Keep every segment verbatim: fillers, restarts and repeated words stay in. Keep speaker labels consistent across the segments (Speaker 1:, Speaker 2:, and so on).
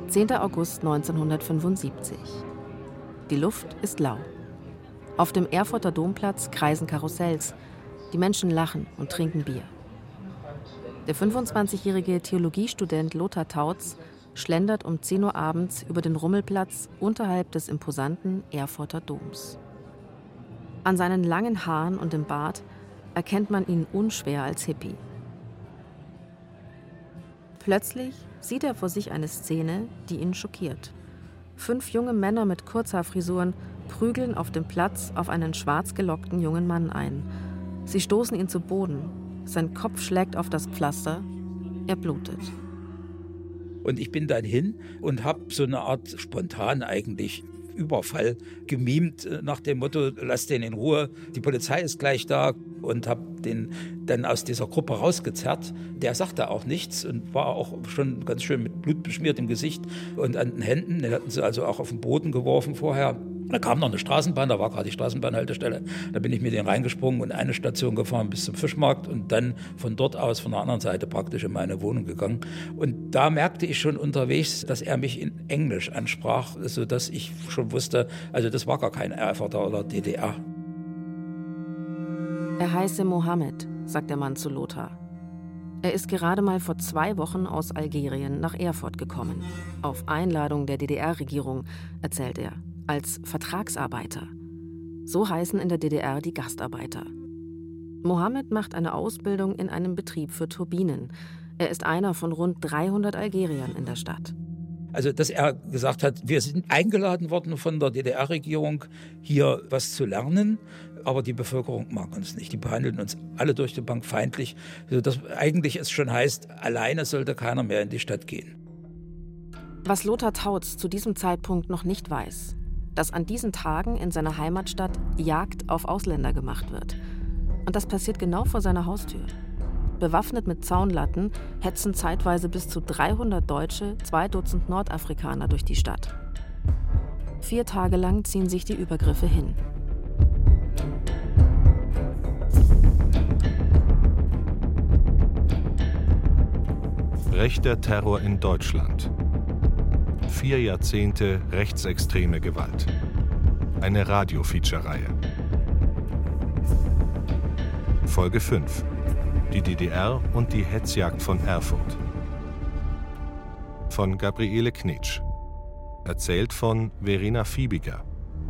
Speaker 1: zehnter August neunzehnhundertfünfundsiebzig. Die Luft ist lau. Auf dem Erfurter Domplatz kreisen Karussells. Die Menschen lachen und trinken Bier. Der fünfundzwanzigjährige Theologiestudent Lothar Tautz schlendert um zehn Uhr abends über den Rummelplatz unterhalb des imposanten Erfurter Doms. An seinen langen Haaren und dem Bart erkennt man ihn unschwer als Hippie. Plötzlich sieht er vor sich eine Szene, die ihn schockiert. Fünf junge Männer mit Kurzhaarfrisuren prügeln auf dem Platz auf einen schwarz gelockten jungen Mann ein. Sie stoßen ihn zu Boden. Sein Kopf schlägt auf das Pflaster. Er blutet.
Speaker 2: Und ich bin dann hin und habe so eine Art spontan eigentlich Überfall gemimt nach dem Motto, lass den in Ruhe, die Polizei ist gleich da, und habe den dann aus dieser Gruppe rausgezerrt. Der sagte auch nichts und war auch schon ganz schön mit Blut beschmiert im Gesicht und an den Händen. Den hatten sie also auch auf den Boden geworfen vorher. Da kam noch eine Straßenbahn, da war gerade die Straßenbahnhaltestelle. Da bin ich mit denen reingesprungen und eine Station gefahren bis zum Fischmarkt und dann von dort aus, von der anderen Seite praktisch in meine Wohnung gegangen. Und da merkte ich schon unterwegs, dass er mich in Englisch ansprach, sodass ich schon wusste, also das war gar kein Erfurter oder D D R.
Speaker 1: Er heiße Mohammed, sagt der Mann zu Lothar. Er ist gerade mal vor zwei Wochen aus Algerien nach Erfurt gekommen. Auf Einladung der D D R-Regierung, erzählt er. Als Vertragsarbeiter. So heißen in der D D R die Gastarbeiter. Mohammed macht eine Ausbildung in einem Betrieb für Turbinen. Er ist einer von rund dreihundert Algeriern in der Stadt.
Speaker 2: Also, dass er gesagt hat, wir sind eingeladen worden von der D D R-Regierung, hier was zu lernen, aber die Bevölkerung mag uns nicht. Die behandeln uns alle durch die Bank feindlich, sodass eigentlich es schon heißt, alleine sollte keiner mehr in die Stadt gehen.
Speaker 1: Was Lothar Tautz zu diesem Zeitpunkt noch nicht weiß, dass an diesen Tagen in seiner Heimatstadt Jagd auf Ausländer gemacht wird. Und das passiert genau vor seiner Haustür. Bewaffnet mit Zaunlatten hetzen zeitweise bis zu dreihundert Deutsche, zwei Dutzend Nordafrikaner durch die Stadt. Vier Tage lang ziehen sich die Übergriffe hin.
Speaker 3: Rechter Terror in Deutschland. Vier Jahrzehnte rechtsextreme Gewalt. Eine Radio-Feature-Reihe. Folge fünf. Die D D R und die Hetzjagd von Erfurt. Von Gabriele Knitsch. Erzählt von Verena Fiebiger.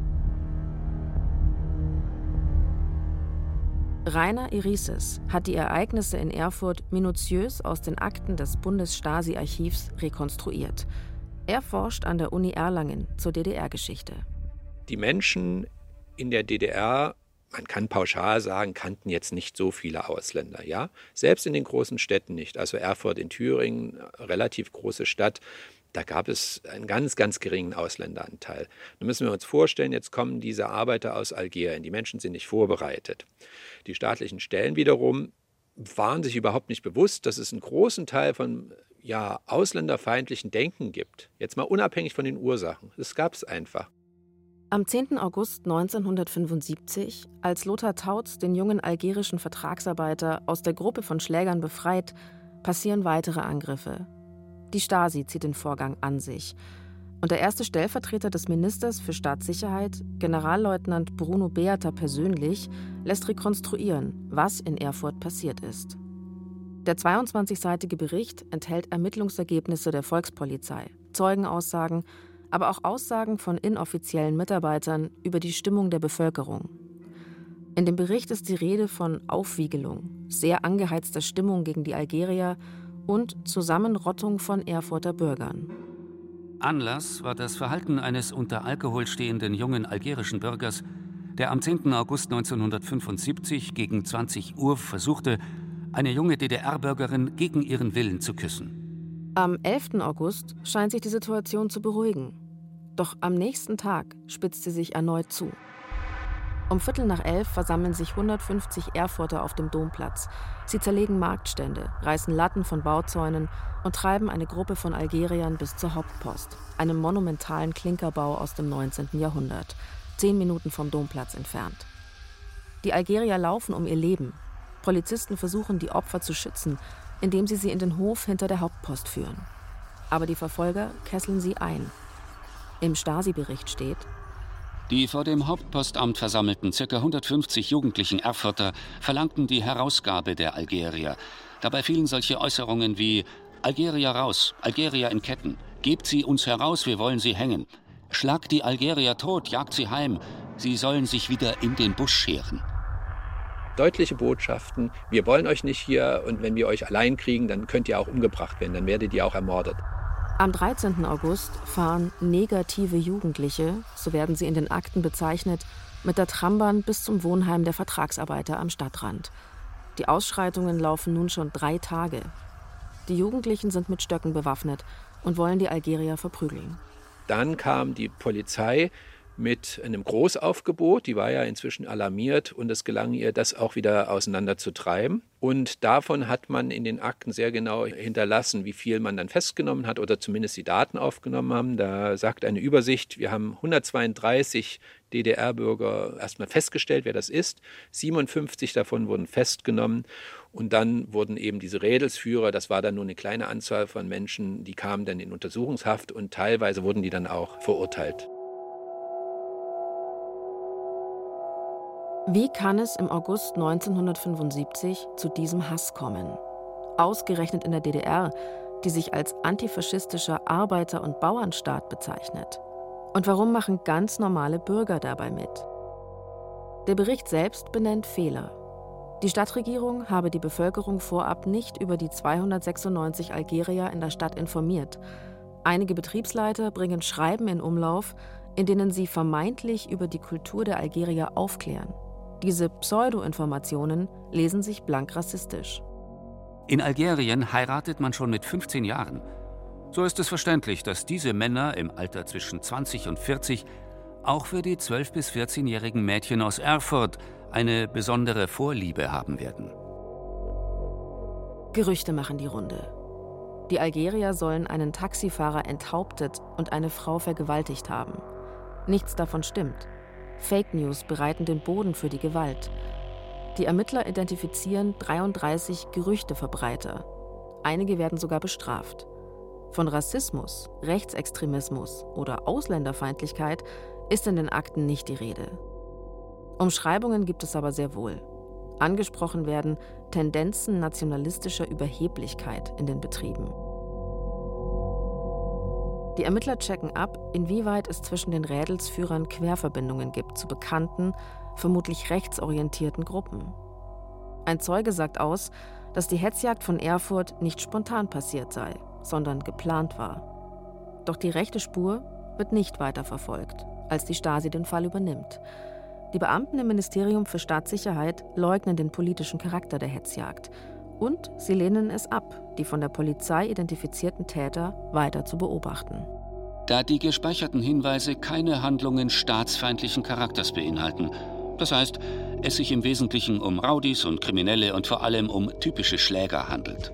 Speaker 1: Rainer Irises hat die Ereignisse in Erfurt minutiös aus den Akten des Bundesstasi-Archivs rekonstruiert. Er forscht an der Uni Erlangen zur D D R-Geschichte.
Speaker 4: Die Menschen in der D D R, man kann pauschal sagen, kannten jetzt nicht so viele Ausländer. Ja? Selbst in den großen Städten nicht. Also Erfurt in Thüringen, relativ große Stadt, da gab es einen ganz, ganz geringen Ausländeranteil. Da müssen wir uns vorstellen, jetzt kommen diese Arbeiter aus Algerien. Die Menschen sind nicht vorbereitet. Die staatlichen Stellen wiederum waren sich überhaupt nicht bewusst, dass es einen großen Teil von ja, ausländerfeindlichen Denken gibt. Jetzt mal unabhängig von den Ursachen. Das gab es einfach.
Speaker 1: Am zehnten August neunzehnhundertfünfundsiebzig, als Lothar Tautz den jungen algerischen Vertragsarbeiter aus der Gruppe von Schlägern befreit, passieren weitere Angriffe. Die Stasi zieht den Vorgang an sich. Und der erste Stellvertreter des Ministers für Staatssicherheit, Generalleutnant Bruno Beata persönlich, lässt rekonstruieren, was in Erfurt passiert ist. Der zweiundzwanzigseitige Bericht enthält Ermittlungsergebnisse der Volkspolizei, Zeugenaussagen, aber auch Aussagen von inoffiziellen Mitarbeitern über die Stimmung der Bevölkerung. In dem Bericht ist die Rede von Aufwiegelung, sehr angeheizter Stimmung gegen die Algerier und Zusammenrottung von Erfurter Bürgern.
Speaker 5: Anlass war das Verhalten eines unter Alkohol stehenden jungen algerischen Bürgers, der am zehnten August neunzehnhundertfünfundsiebzig gegen zwanzig Uhr versuchte, eine junge D D R-Bürgerin gegen ihren Willen zu küssen.
Speaker 1: Am elften August scheint sich die Situation zu beruhigen. Doch am nächsten Tag spitzt sie sich erneut zu. Um Viertel nach elf versammeln sich hundertfünfzig Erfurter auf dem Domplatz. Sie zerlegen Marktstände, reißen Latten von Bauzäunen und treiben eine Gruppe von Algeriern bis zur Hauptpost, einem monumentalen Klinkerbau aus dem neunzehnten Jahrhundert, zehn Minuten vom Domplatz entfernt. Die Algerier laufen um ihr Leben. Polizisten versuchen, die Opfer zu schützen, indem sie sie in den Hof hinter der Hauptpost führen. Aber die Verfolger kesseln sie ein. Im Stasi-Bericht steht:
Speaker 5: Die vor dem Hauptpostamt versammelten ca. hundertfünfzig jugendlichen Erfurter verlangten die Herausgabe der Algerier. Dabei fielen solche Äußerungen wie: Algerier raus, Algerier in Ketten, gebt sie uns heraus, wir wollen sie hängen. Schlagt die Algerier tot, jagt sie heim, sie sollen sich wieder in den Busch scheren.
Speaker 4: Deutliche Botschaften: Wir wollen euch nicht hier, und wenn wir euch allein kriegen, dann könnt ihr auch umgebracht werden, dann werdet ihr auch ermordet.
Speaker 1: Am dreizehnten August fahren negative Jugendliche, so werden sie in den Akten bezeichnet, mit der Trambahn bis zum Wohnheim der Vertragsarbeiter am Stadtrand. Die Ausschreitungen laufen nun schon drei Tage. Die Jugendlichen sind mit Stöcken bewaffnet und wollen die Algerier verprügeln.
Speaker 4: Dann kam die Polizei mit einem Großaufgebot, die war ja inzwischen alarmiert, und es gelang ihr, das auch wieder auseinanderzutreiben. Und davon hat man in den Akten sehr genau hinterlassen, wie viel man dann festgenommen hat oder zumindest die Daten aufgenommen haben. Da sagt eine Übersicht, wir haben hundertzweiunddreißig D D R-Bürger erstmal festgestellt, wer das ist. siebenundfünfzig davon wurden festgenommen. Und dann wurden eben diese Rädelsführer, das war dann nur eine kleine Anzahl von Menschen, die kamen dann in Untersuchungshaft und teilweise wurden die dann auch verurteilt.
Speaker 1: Wie kann es im August neunzehnhundertfünfundsiebzig zu diesem Hass kommen? Ausgerechnet in der D D R, die sich als antifaschistischer Arbeiter- und Bauernstaat bezeichnet. Und warum machen ganz normale Bürger dabei mit? Der Bericht selbst benennt Fehler. Die Stadtregierung habe die Bevölkerung vorab nicht über die zweihundertsechsundneunzig Algerier in der Stadt informiert. Einige Betriebsleiter bringen Schreiben in Umlauf, in denen sie vermeintlich über die Kultur der Algerier aufklären. Diese Pseudo-Informationen lesen sich blank rassistisch.
Speaker 5: In Algerien heiratet man schon mit fünfzehn Jahren. So ist es verständlich, dass diese Männer im Alter zwischen zwanzig und vierzig auch für die zwölf- bis vierzehnjährigen Mädchen aus Erfurt eine besondere Vorliebe haben werden.
Speaker 1: Gerüchte machen die Runde. Die Algerier sollen einen Taxifahrer enthauptet und eine Frau vergewaltigt haben. Nichts davon stimmt. Fake News bereiten den Boden für die Gewalt. Die Ermittler identifizieren dreiunddreißig Gerüchteverbreiter. Einige werden sogar bestraft. Von Rassismus, Rechtsextremismus oder Ausländerfeindlichkeit ist in den Akten nicht die Rede. Umschreibungen gibt es aber sehr wohl. Angesprochen werden Tendenzen nationalistischer Überheblichkeit in den Betrieben. Die Ermittler checken ab, inwieweit es zwischen den Rädelsführern Querverbindungen gibt zu bekannten, vermutlich rechtsorientierten Gruppen. Ein Zeuge sagt aus, dass die Hetzjagd von Erfurt nicht spontan passiert sei, sondern geplant war. Doch die rechte Spur wird nicht weiterverfolgt, als die Stasi den Fall übernimmt. Die Beamten im Ministerium für Staatssicherheit leugnen den politischen Charakter der Hetzjagd. Und sie lehnen es ab, die von der Polizei identifizierten Täter weiter zu beobachten.
Speaker 5: Da die gespeicherten Hinweise keine Handlungen staatsfeindlichen Charakters beinhalten. Das heißt, es sich im Wesentlichen um Raudis und Kriminelle und vor allem um typische Schläger handelt.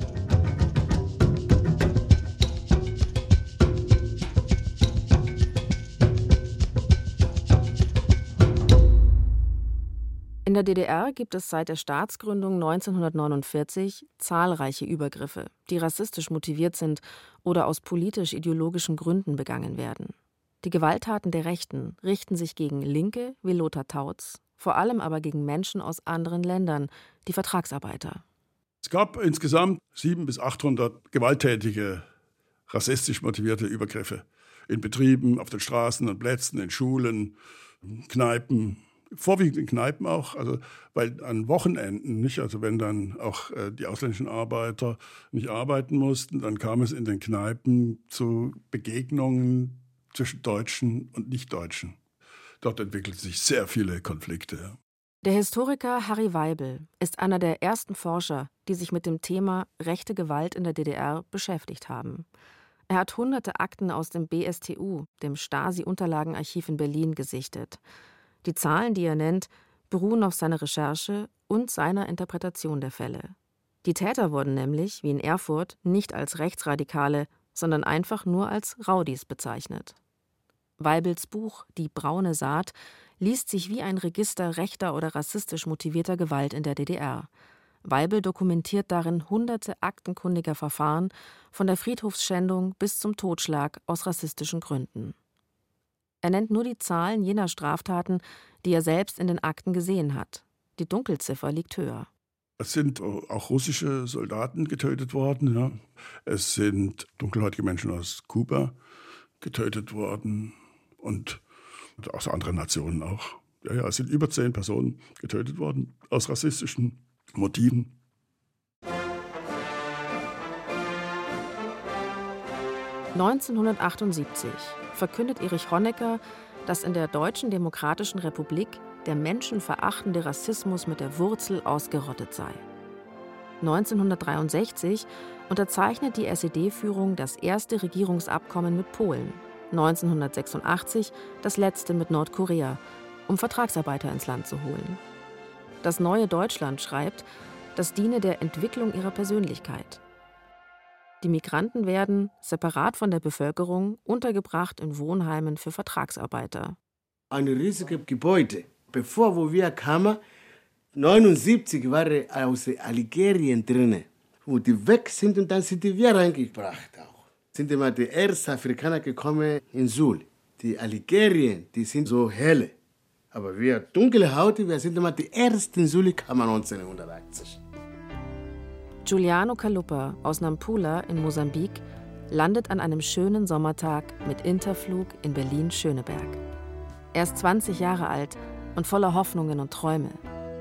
Speaker 1: In der D D R gibt es seit der Staatsgründung neunzehnhundertneunundvierzig zahlreiche Übergriffe, die rassistisch motiviert sind oder aus politisch-ideologischen Gründen begangen werden. Die Gewalttaten der Rechten richten sich gegen Linke wie Lothar Tautz, vor allem aber gegen Menschen aus anderen Ländern, die Vertragsarbeiter.
Speaker 6: Es gab insgesamt siebenhundert bis achthundert gewalttätige, rassistisch motivierte Übergriffe in Betrieben, auf den Straßen und Plätzen, in Schulen, Kneipen. Vorwiegend in Kneipen auch, also weil an Wochenenden, nicht, also wenn dann auch äh, die ausländischen Arbeiter nicht arbeiten mussten, dann kam es in den Kneipen zu Begegnungen zwischen Deutschen und Nichtdeutschen. Dort entwickelten sich sehr viele Konflikte.
Speaker 1: Der Historiker Harry Weibel ist einer der ersten Forscher, die sich mit dem Thema rechte Gewalt in der D D R beschäftigt haben. Er hat hunderte Akten aus dem B S T U, dem Stasi-Unterlagenarchiv in Berlin, gesichtet. Die Zahlen, die er nennt, beruhen auf seiner Recherche und seiner Interpretation der Fälle. Die Täter wurden nämlich, wie in Erfurt, nicht als Rechtsradikale, sondern einfach nur als Raudis bezeichnet. Weibels Buch »Die braune Saat« liest sich wie ein Register rechter oder rassistisch motivierter Gewalt in der D D R. Weibel dokumentiert darin hunderte aktenkundiger Verfahren, von der Friedhofsschändung bis zum Totschlag aus rassistischen Gründen. Er nennt nur die Zahlen jener Straftaten, die er selbst in den Akten gesehen hat. Die Dunkelziffer liegt höher.
Speaker 6: Es sind auch russische Soldaten getötet worden. Ja. Es sind dunkelhäutige Menschen aus Kuba getötet worden und aus anderen Nationen auch. Ja, ja, es sind über zehn Personen getötet worden aus rassistischen Motiven.
Speaker 1: neunzehnhundertachtundsiebzig verkündet Erich Honecker, dass in der Deutschen Demokratischen Republik der menschenverachtende Rassismus mit der Wurzel ausgerottet sei. neunzehnhundertdreiundsechzig unterzeichnet die S E D-Führung das erste Regierungsabkommen mit Polen, neunzehnhundertsechsundachtzig das letzte mit Nordkorea, um Vertragsarbeiter ins Land zu holen. Das neue Deutschland schreibt, das diene der Entwicklung ihrer Persönlichkeit. Die Migranten werden, separat von der Bevölkerung, untergebracht in Wohnheimen für Vertragsarbeiter.
Speaker 7: Ein riesiges Gebäude. Bevor wo wir kamen, neunundsiebzig waren aus Algerien drin, wo die weg sind und dann sind die wir reingebracht auch. Sind immer die ersten Afrikaner gekommen in Suhl. Die Algerien, die sind so helle. Aber wir dunkle Haut, wir sind immer die ersten in Suhl kamen neunzehnhundertachtzig.
Speaker 1: Giuliano Kalupa aus Nampula in Mosambik landet an einem schönen Sommertag mit Interflug in Berlin-Schöneberg. Er ist zwanzig Jahre alt und voller Hoffnungen und Träume.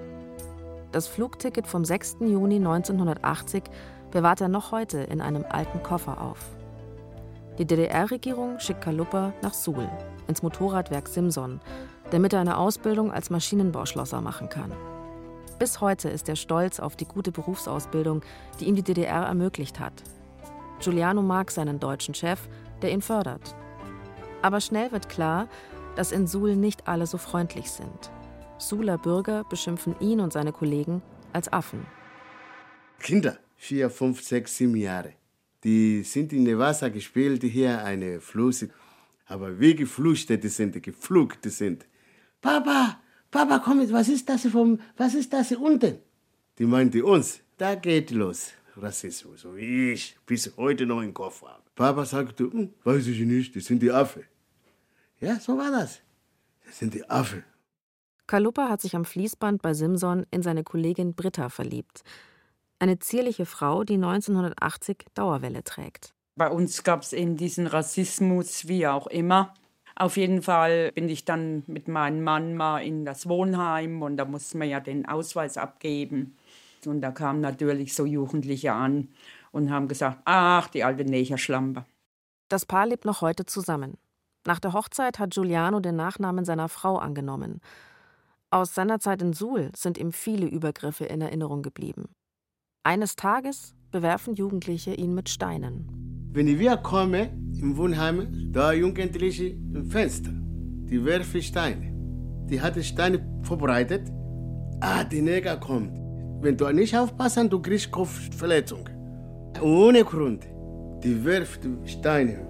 Speaker 1: Das Flugticket vom sechsten Juni neunzehnhundertachtzig bewahrt er noch heute in einem alten Koffer auf. Die D D R-Regierung schickt Kalupa nach Suhl, ins Motorradwerk Simson, damit er eine Ausbildung als Maschinenbauschlosser machen kann. Bis heute ist er stolz auf die gute Berufsausbildung, die ihm die D D R ermöglicht hat. Giuliano mag seinen deutschen Chef, der ihn fördert. Aber schnell wird klar, dass in Suhl nicht alle so freundlich sind. Suhler Bürger beschimpfen ihn und seine Kollegen als Affen.
Speaker 7: Kinder, vier, fünf, sechs, sieben Jahre, die sind in dem Wasser gespielt, hier eine Fluss. Aber wie geflüchtet sind, geflucht sind. Papa, Papa, komm jetzt, was ist das vom, was ist das hier unten? Die meinte uns, da geht los, Rassismus, so wie ich bis heute noch im Kopf habe. Papa sagte, hm, weiß ich nicht, das sind die Affen. Ja, so war das. Das sind die Affen.
Speaker 1: Kalupa hat sich am Fließband bei Simson in seine Kollegin Britta verliebt. Eine zierliche Frau, die neunzehnhundertachtzig Dauerwelle trägt.
Speaker 8: Bei uns gab es eben diesen Rassismus, wie auch immer. Auf jeden Fall bin ich dann mit meinem Mann mal in das Wohnheim und da mussten wir ja den Ausweis abgeben. Und da kamen natürlich so Jugendliche an und haben gesagt, ach, die alte Negerschlampe.
Speaker 1: Das Paar lebt noch heute zusammen. Nach der Hochzeit hat Giuliano den Nachnamen seiner Frau angenommen. Aus seiner Zeit in Suhl sind ihm viele Übergriffe in Erinnerung geblieben. Eines Tages bewerfen Jugendliche ihn mit Steinen.
Speaker 7: Wenn wir kommen im Wohnheim, da Jugendliche im Fenster, die werfen Steine. Die hatten Steine vorbereitet. Ah, die Neger kommt. Wenn du nicht aufpasst, du kriegst Kopfverletzung. Ohne Grund. Die werfen Steine.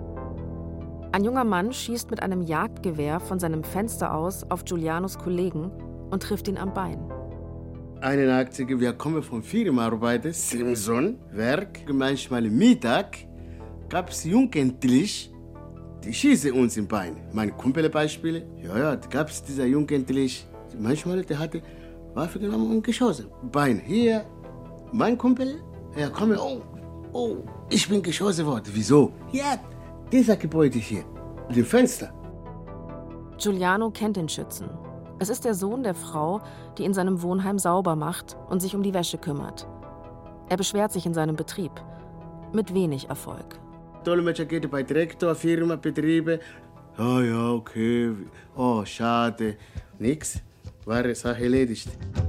Speaker 1: Ein junger Mann schießt mit einem Jagdgewehr von seinem Fenster aus auf Giulianos Kollegen und trifft ihn am Bein.
Speaker 7: einundachtzig, wir kommen von Firmenarbeit, Simson, Werk. Manchmal Mittag gab es Jugendliche, die schießen uns im Bein. Mein Kumpel Beispiele, ja, ja, da gab es dieser Jugendliche, manchmal der hatte Waffe genommen und geschossen. Bein hier, mein Kumpel, er kommt, oh, oh, ich bin geschossen worden. Wieso? Ja, dieser Gebäude hier, die Fenster.
Speaker 1: Giuliano kennt den Schützen. Es ist der Sohn der Frau, die in seinem Wohnheim sauber macht und sich um die Wäsche kümmert. Er beschwert sich in seinem Betrieb. Mit wenig Erfolg.
Speaker 7: Dolmetscher geht bei Direktor, Firma, Betriebe. Oh ja, okay. Oh, schade. Nix. War Sache erledigt.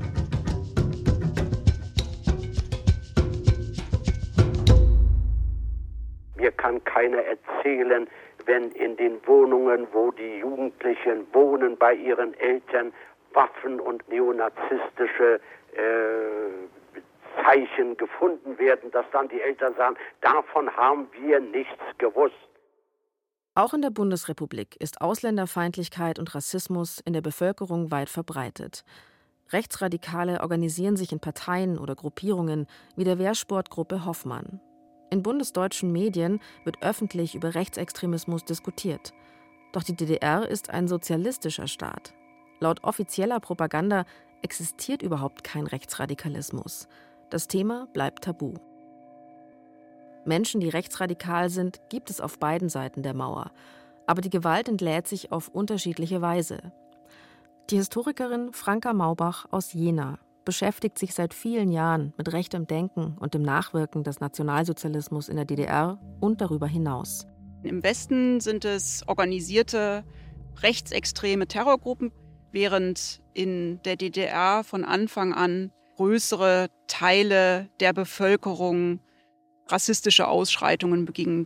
Speaker 9: Mir kann keiner erzählen, wenn in den Wohnungen, wo die Jugendlichen wohnen, bei ihren Eltern Waffen und neonazistische äh, Zeichen gefunden werden, dass dann die Eltern sagen, davon haben wir nichts gewusst.
Speaker 1: Auch in der Bundesrepublik ist Ausländerfeindlichkeit und Rassismus in der Bevölkerung weit verbreitet. Rechtsradikale organisieren sich in Parteien oder Gruppierungen wie der Wehrsportgruppe Hoffmann. In bundesdeutschen Medien wird öffentlich über Rechtsextremismus diskutiert. Doch die D D R ist ein sozialistischer Staat. Laut offizieller Propaganda existiert überhaupt kein Rechtsradikalismus. Das Thema bleibt tabu. Menschen, die rechtsradikal sind, gibt es auf beiden Seiten der Mauer. Aber die Gewalt entlädt sich auf unterschiedliche Weise. Die Historikerin Franka Maubach aus Jena beschäftigt sich seit vielen Jahren mit rechtem Denken und dem Nachwirken des Nationalsozialismus in der D D R und darüber hinaus.
Speaker 10: Im Westen sind es organisierte rechtsextreme Terrorgruppen, während in der D D R von Anfang an größere Teile der Bevölkerung rassistische Ausschreitungen begingen.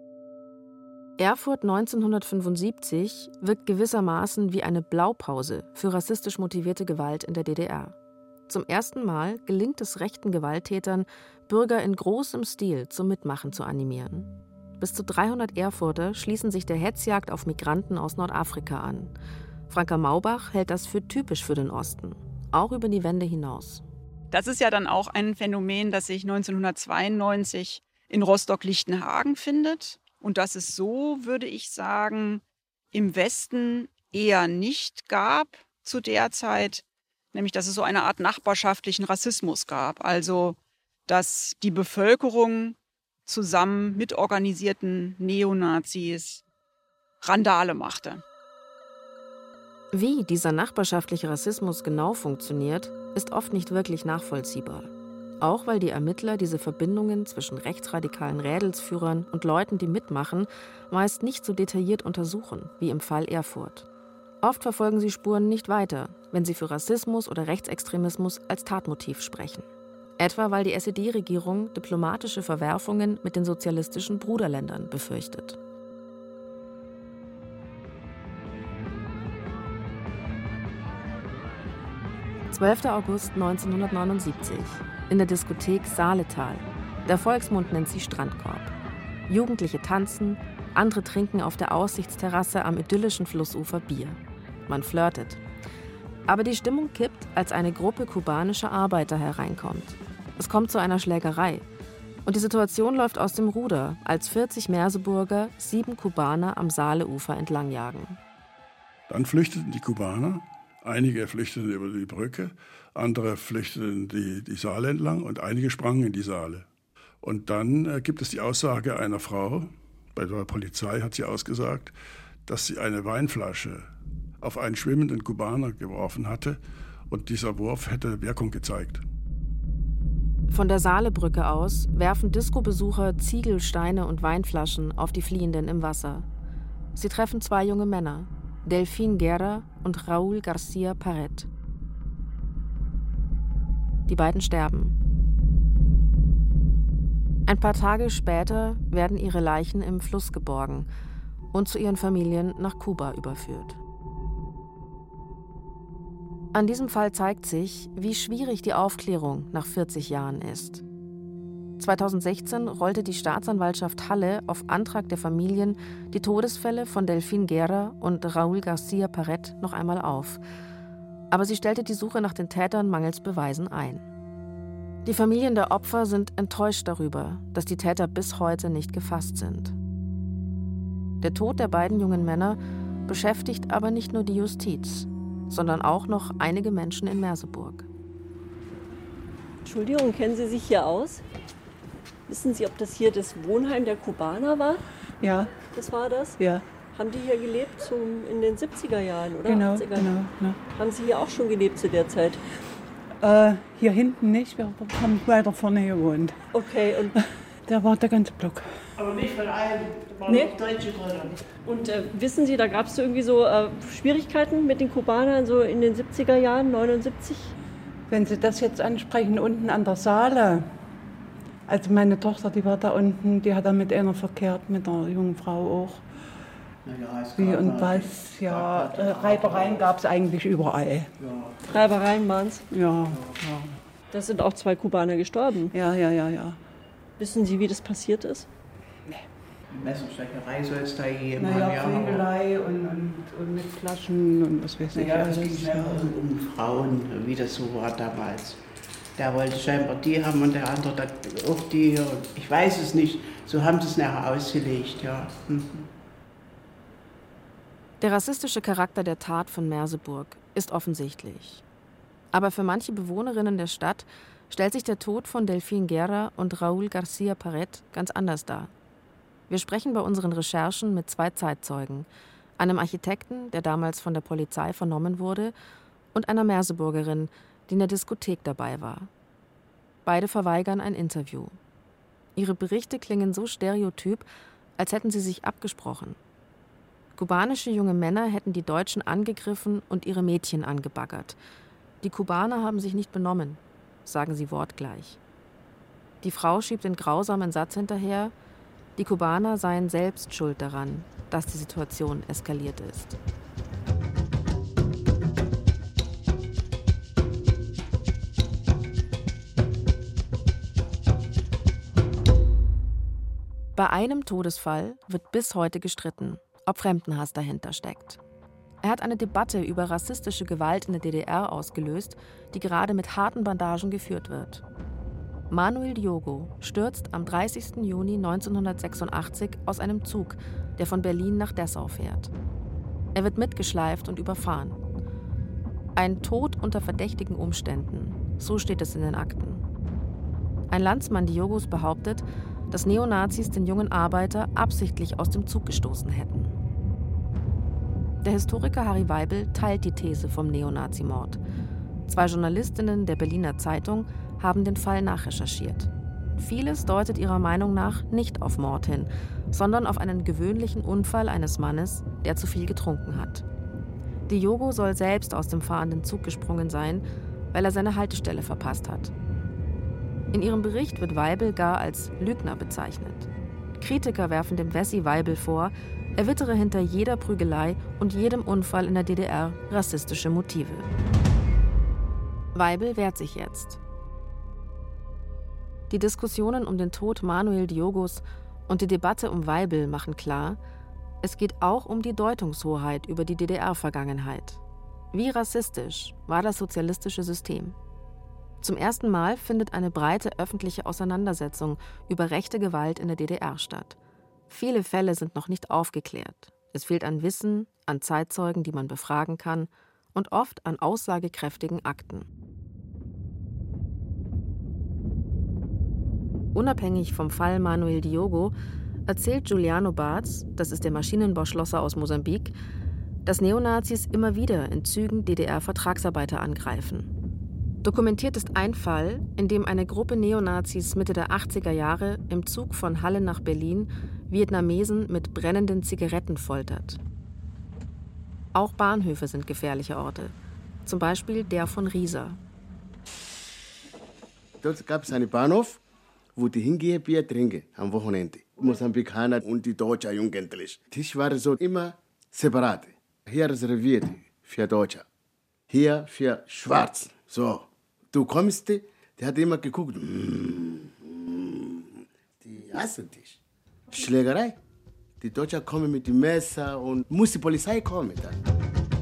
Speaker 1: Erfurt neunzehnhundertfünfundsiebzig wirkt gewissermaßen wie eine Blaupause für rassistisch motivierte Gewalt in der D D R. Zum ersten Mal gelingt es rechten Gewalttätern, Bürger in großem Stil zum Mitmachen zu animieren. Bis zu dreihundert Erfurter schließen sich der Hetzjagd auf Migranten aus Nordafrika an. Franka Maubach hält das für typisch für den Osten, auch über die Wende hinaus.
Speaker 10: Das ist ja dann auch ein Phänomen, das sich neunzehnhundertzweiundneunzig in Rostock-Lichtenhagen findet. Und das es so, würde ich sagen, im Westen eher nicht gab zu der Zeit, nämlich dass es so eine Art nachbarschaftlichen Rassismus gab. Also dass die Bevölkerung zusammen mit organisierten Neonazis Randale machte.
Speaker 1: Wie dieser nachbarschaftliche Rassismus genau funktioniert, ist oft nicht wirklich nachvollziehbar. Auch weil die Ermittler diese Verbindungen zwischen rechtsradikalen Rädelsführern und Leuten, die mitmachen, meist nicht so detailliert untersuchen, wie im Fall Erfurt. Oft verfolgen sie Spuren nicht weiter, wenn sie für Rassismus oder Rechtsextremismus als Tatmotiv sprechen. Etwa weil die S E D-Regierung diplomatische Verwerfungen mit den sozialistischen Bruderländern befürchtet. zwölfter August neunzehnhundertneunundsiebzig. In der Diskothek Saaletal. Der Volksmund nennt sie Strandkorb. Jugendliche tanzen, andere trinken auf der Aussichtsterrasse am idyllischen Flussufer Bier. Man flirtet. Aber die Stimmung kippt, als eine Gruppe kubanischer Arbeiter hereinkommt. Es kommt zu einer Schlägerei. Und die Situation läuft aus dem Ruder, als vierzig Merseburger sieben Kubaner am Saaleufer entlangjagen.
Speaker 6: Dann flüchteten die Kubaner. Einige flüchteten über die Brücke, andere flüchteten die, die Saale entlang und einige sprangen in die Saale. Und dann äh, gibt es die Aussage einer Frau, bei der Polizei hat sie ausgesagt, dass sie eine Weinflasche auf einen schwimmenden Kubaner geworfen hatte und dieser Wurf hätte Wirkung gezeigt.
Speaker 1: Von der Saalebrücke aus werfen Disco-Besucher Ziegel, Steine und Weinflaschen auf die Fliehenden im Wasser. Sie treffen zwei junge Männer, Delfín Guerra und Raúl García Paret. Die beiden sterben. Ein paar Tage später werden ihre Leichen im Fluss geborgen und zu ihren Familien nach Kuba überführt. An diesem Fall zeigt sich, wie schwierig die Aufklärung nach vierzig Jahren ist. zweitausendsechzehn rollte die Staatsanwaltschaft Halle auf Antrag der Familien die Todesfälle von Delfín Guerra und Raúl García Paret noch einmal auf. Aber sie stellte die Suche nach den Tätern mangels Beweisen ein. Die Familien der Opfer sind enttäuscht darüber, dass die Täter bis heute nicht gefasst sind. Der Tod der beiden jungen Männer beschäftigt aber nicht nur die Justiz, sondern auch noch einige Menschen in Merseburg.
Speaker 11: Entschuldigung, kennen Sie sich hier aus? Wissen Sie, ob das hier das Wohnheim der Kubaner war?
Speaker 12: Ja.
Speaker 11: Das war das?
Speaker 12: Ja.
Speaker 11: Haben die hier gelebt zum, in den siebziger Jahren, oder?
Speaker 12: Genau,
Speaker 11: achtziger?
Speaker 12: genau, genau.
Speaker 11: Haben Sie hier auch schon gelebt zu der Zeit?
Speaker 12: Äh, hier hinten nicht, wir haben weiter vorne gewohnt.
Speaker 11: Okay, und...
Speaker 12: Der war der ganze Block.
Speaker 13: Aber nicht von allen, da waren
Speaker 11: Nee?
Speaker 13: noch Deutsche drin.
Speaker 11: Und äh, wissen Sie, da gab es irgendwie so äh, Schwierigkeiten mit den Kubanern so in den siebziger Jahren, neunundsiebzig?
Speaker 12: Wenn Sie das jetzt ansprechen, unten an der Saale. Also meine Tochter, die war da unten, die hat da mit einer verkehrt, mit einer jungen Frau auch.
Speaker 13: Ja, es
Speaker 12: Wie
Speaker 13: gab
Speaker 12: und
Speaker 13: mal-
Speaker 12: was, ja, äh, Reibereien gab es eigentlich überall.
Speaker 13: Ja.
Speaker 11: Reibereien waren es?
Speaker 12: Ja, ja.
Speaker 11: Da sind auch zwei Kubaner gestorben.
Speaker 12: Ja, ja, ja, ja.
Speaker 11: Wissen Sie, wie das passiert ist?
Speaker 13: Messerstecherei soll es da gegeben haben.
Speaker 12: Naja,
Speaker 13: Ja,
Speaker 12: Prügelei und, und, und mit Flaschen und was weiß ich
Speaker 13: ja,
Speaker 12: alles.
Speaker 13: es ging scheinbar um, um Frauen, wie das so war damals. Der wollte scheinbar die haben und der andere auch die. Und ich weiß es nicht. So haben sie es nachher ausgelegt, ja. Mhm.
Speaker 1: Der rassistische Charakter der Tat von Merseburg ist offensichtlich. Aber für manche Bewohnerinnen der Stadt stellt sich der Tod von Delfín Guerra und Raúl García Paret ganz anders dar. Wir sprechen bei unseren Recherchen mit zwei Zeitzeugen, einem Architekten, der damals von der Polizei vernommen wurde, und einer Merseburgerin, die in der Diskothek dabei war. Beide verweigern ein Interview. Ihre Berichte klingen so stereotyp, als hätten sie sich abgesprochen. Kubanische junge Männer hätten die Deutschen angegriffen und ihre Mädchen angebaggert. Die Kubaner haben sich nicht benommen, sagen sie wortgleich. Die Frau schiebt den grausamen Satz hinterher, die Kubaner seien selbst schuld daran, dass die Situation eskaliert ist. Bei einem Todesfall wird bis heute gestritten, ob Fremdenhass dahinter steckt. Er hat eine Debatte über rassistische Gewalt in der D D R ausgelöst, die gerade mit harten Bandagen geführt wird. Manuel Diogo stürzt am dreißigsten Juni neunzehnhundertsechsundachtzig aus einem Zug, der von Berlin nach Dessau fährt. Er wird mitgeschleift und überfahren. Ein Tod unter verdächtigen Umständen, so steht es in den Akten. Ein Landsmann Diogos behauptet, dass Neonazis den jungen Arbeiter absichtlich aus dem Zug gestoßen hätten. Der Historiker Harry Weibel teilt die These vom Neonazimord. Zwei Journalistinnen der Berliner Zeitung haben den Fall nachrecherchiert. Vieles deutet ihrer Meinung nach nicht auf Mord hin, sondern auf einen gewöhnlichen Unfall eines Mannes, der zu viel getrunken hat. Diogo soll selbst aus dem fahrenden Zug gesprungen sein, weil er seine Haltestelle verpasst hat. In ihrem Bericht wird Weibel gar als Lügner bezeichnet. Kritiker werfen dem Wessi Weibel vor, er wittere hinter jeder Prügelei und jedem Unfall in der D D R rassistische Motive. Weibel wehrt sich jetzt. Die Diskussionen um den Tod Manuel Diogos und die Debatte um Weibel machen klar, es geht auch um die Deutungshoheit über die D D R-Vergangenheit. Wie rassistisch war das sozialistische System? Zum ersten Mal findet eine breite öffentliche Auseinandersetzung über rechte Gewalt in der D D R statt. Viele Fälle sind noch nicht aufgeklärt. Es fehlt an Wissen, an Zeitzeugen, die man befragen kann, und oft an aussagekräftigen Akten. Unabhängig vom Fall Manuel Diogo erzählt Giuliano Barz, das ist der Maschinenbauschlosser aus Mosambik, dass Neonazis immer wieder in Zügen D D R-Vertragsarbeiter angreifen. Dokumentiert ist ein Fall, in dem eine Gruppe Neonazis Mitte der achtziger Jahre im Zug von Halle nach Berlin Vietnamesen mit brennenden Zigaretten foltert. Auch Bahnhöfe sind gefährliche Orte, zum Beispiel der von Riesa.
Speaker 7: Dort gab es einen Bahnhof, wo die hingehen, Bier trinken am Wochenende. Mosambikaner und die Deutschen jugendlich. Das war so immer separat. Hier reserviert für Deutsche, hier für Schwarz. So, du kommst, der hat immer geguckt. Die hassen dich. Schlägerei. Die Deutschen kommen mit dem Messer und muss die Polizei kommen dann.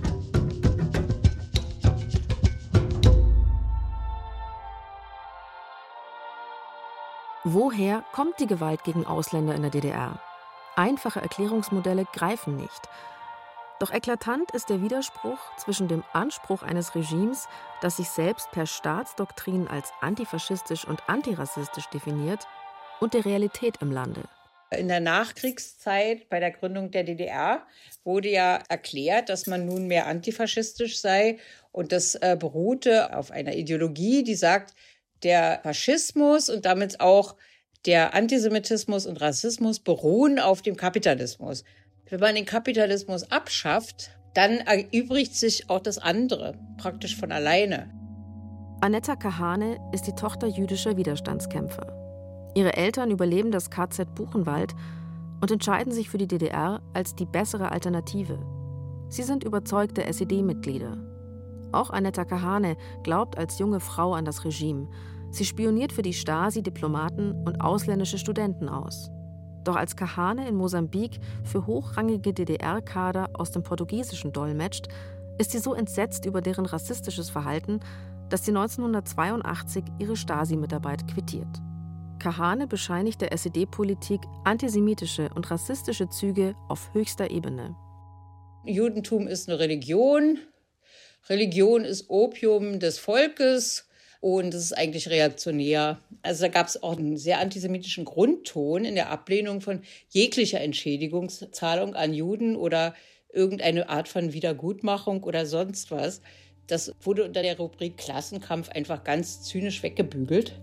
Speaker 1: Woher kommt die Gewalt gegen Ausländer in der D D R? Einfache Erklärungsmodelle greifen nicht. Doch eklatant ist der Widerspruch zwischen dem Anspruch eines Regimes, das sich selbst per Staatsdoktrin als antifaschistisch und antirassistisch definiert, und der Realität im Lande.
Speaker 14: In der Nachkriegszeit bei der Gründung der D D R wurde ja erklärt, dass man nunmehr antifaschistisch sei. Und das äh, beruhte auf einer Ideologie, die sagt, der Faschismus und damit auch der Antisemitismus und Rassismus beruhen auf dem Kapitalismus. Wenn man den Kapitalismus abschafft, dann erübrigt sich auch das andere, praktisch von alleine.
Speaker 1: Anetta Kahane ist die Tochter jüdischer Widerstandskämpfer. Ihre Eltern überleben das K Z Buchenwald und entscheiden sich für die D D R als die bessere Alternative. Sie sind überzeugte S E D-Mitglieder. Auch Anetta Kahane glaubt als junge Frau an das Regime. Sie spioniert für die Stasi Diplomaten und ausländische Studenten aus. Doch als Kahane in Mosambik für hochrangige D D R-Kader aus dem Portugiesischen dolmetscht, ist sie so entsetzt über deren rassistisches Verhalten, dass sie neunzehnhundertzweiundachtzig ihre Stasi-Mitarbeit quittiert. Kahane bescheinigt der S E D-Politik antisemitische und rassistische Züge auf höchster Ebene.
Speaker 14: Judentum ist eine Religion. Religion ist Opium des Volkes und es ist eigentlich reaktionär. Also da gab es auch einen sehr antisemitischen Grundton in der Ablehnung von jeglicher Entschädigungszahlung an Juden oder irgendeine Art von Wiedergutmachung oder sonst was. Das wurde unter der Rubrik Klassenkampf einfach ganz zynisch weggebügelt.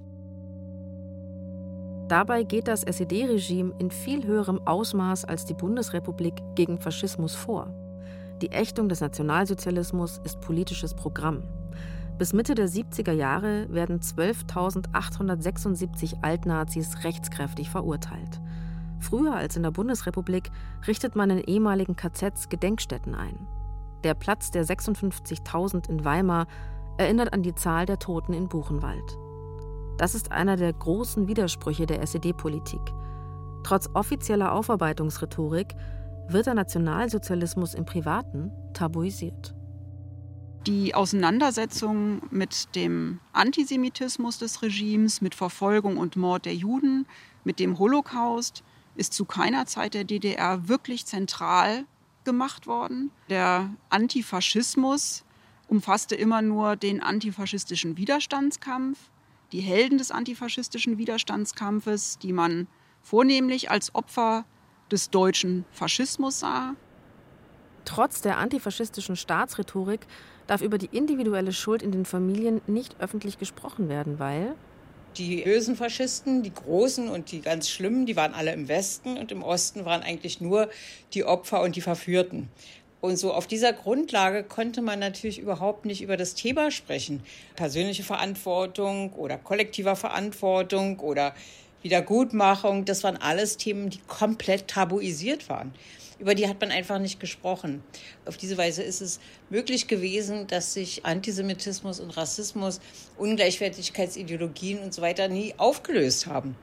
Speaker 1: Dabei geht das S E D-Regime in viel höherem Ausmaß als die Bundesrepublik gegen Faschismus vor. Die Ächtung des Nationalsozialismus ist politisches Programm. Bis Mitte der siebziger Jahre werden zwölftausendachthundertsechsundsiebzig Altnazis rechtskräftig verurteilt. Früher als in der Bundesrepublik richtet man in ehemaligen K Zs Gedenkstätten ein. Der Platz der sechsundfünfzigtausend in Weimar erinnert an die Zahl der Toten in Buchenwald. Das ist einer der großen Widersprüche der S E D-Politik. Trotz offizieller Aufarbeitungsrhetorik wird der Nationalsozialismus im Privaten tabuisiert.
Speaker 10: Die Auseinandersetzung mit dem Antisemitismus des Regimes, mit Verfolgung und Mord der Juden, mit dem Holocaust ist zu keiner Zeit der D D R wirklich zentral gemacht worden. Der Antifaschismus umfasste immer nur den antifaschistischen Widerstandskampf, die Helden des antifaschistischen Widerstandskampfes, die man vornehmlich als Opfer des deutschen Faschismus sah.
Speaker 1: Trotz der antifaschistischen Staatsrhetorik darf über die individuelle Schuld in den Familien nicht öffentlich gesprochen werden, weil
Speaker 14: die bösen Faschisten, die großen und die ganz schlimmen, die waren alle im Westen und im Osten waren eigentlich nur die Opfer und die Verführten. Und so auf dieser Grundlage konnte man natürlich überhaupt nicht über das Thema sprechen. Persönliche Verantwortung oder kollektiver Verantwortung oder Wiedergutmachung, das waren alles Themen, die komplett tabuisiert waren. Über die hat man einfach nicht gesprochen. Auf diese Weise ist es möglich gewesen, dass sich Antisemitismus und Rassismus, Ungleichwertigkeitsideologien und so weiter nie aufgelöst haben.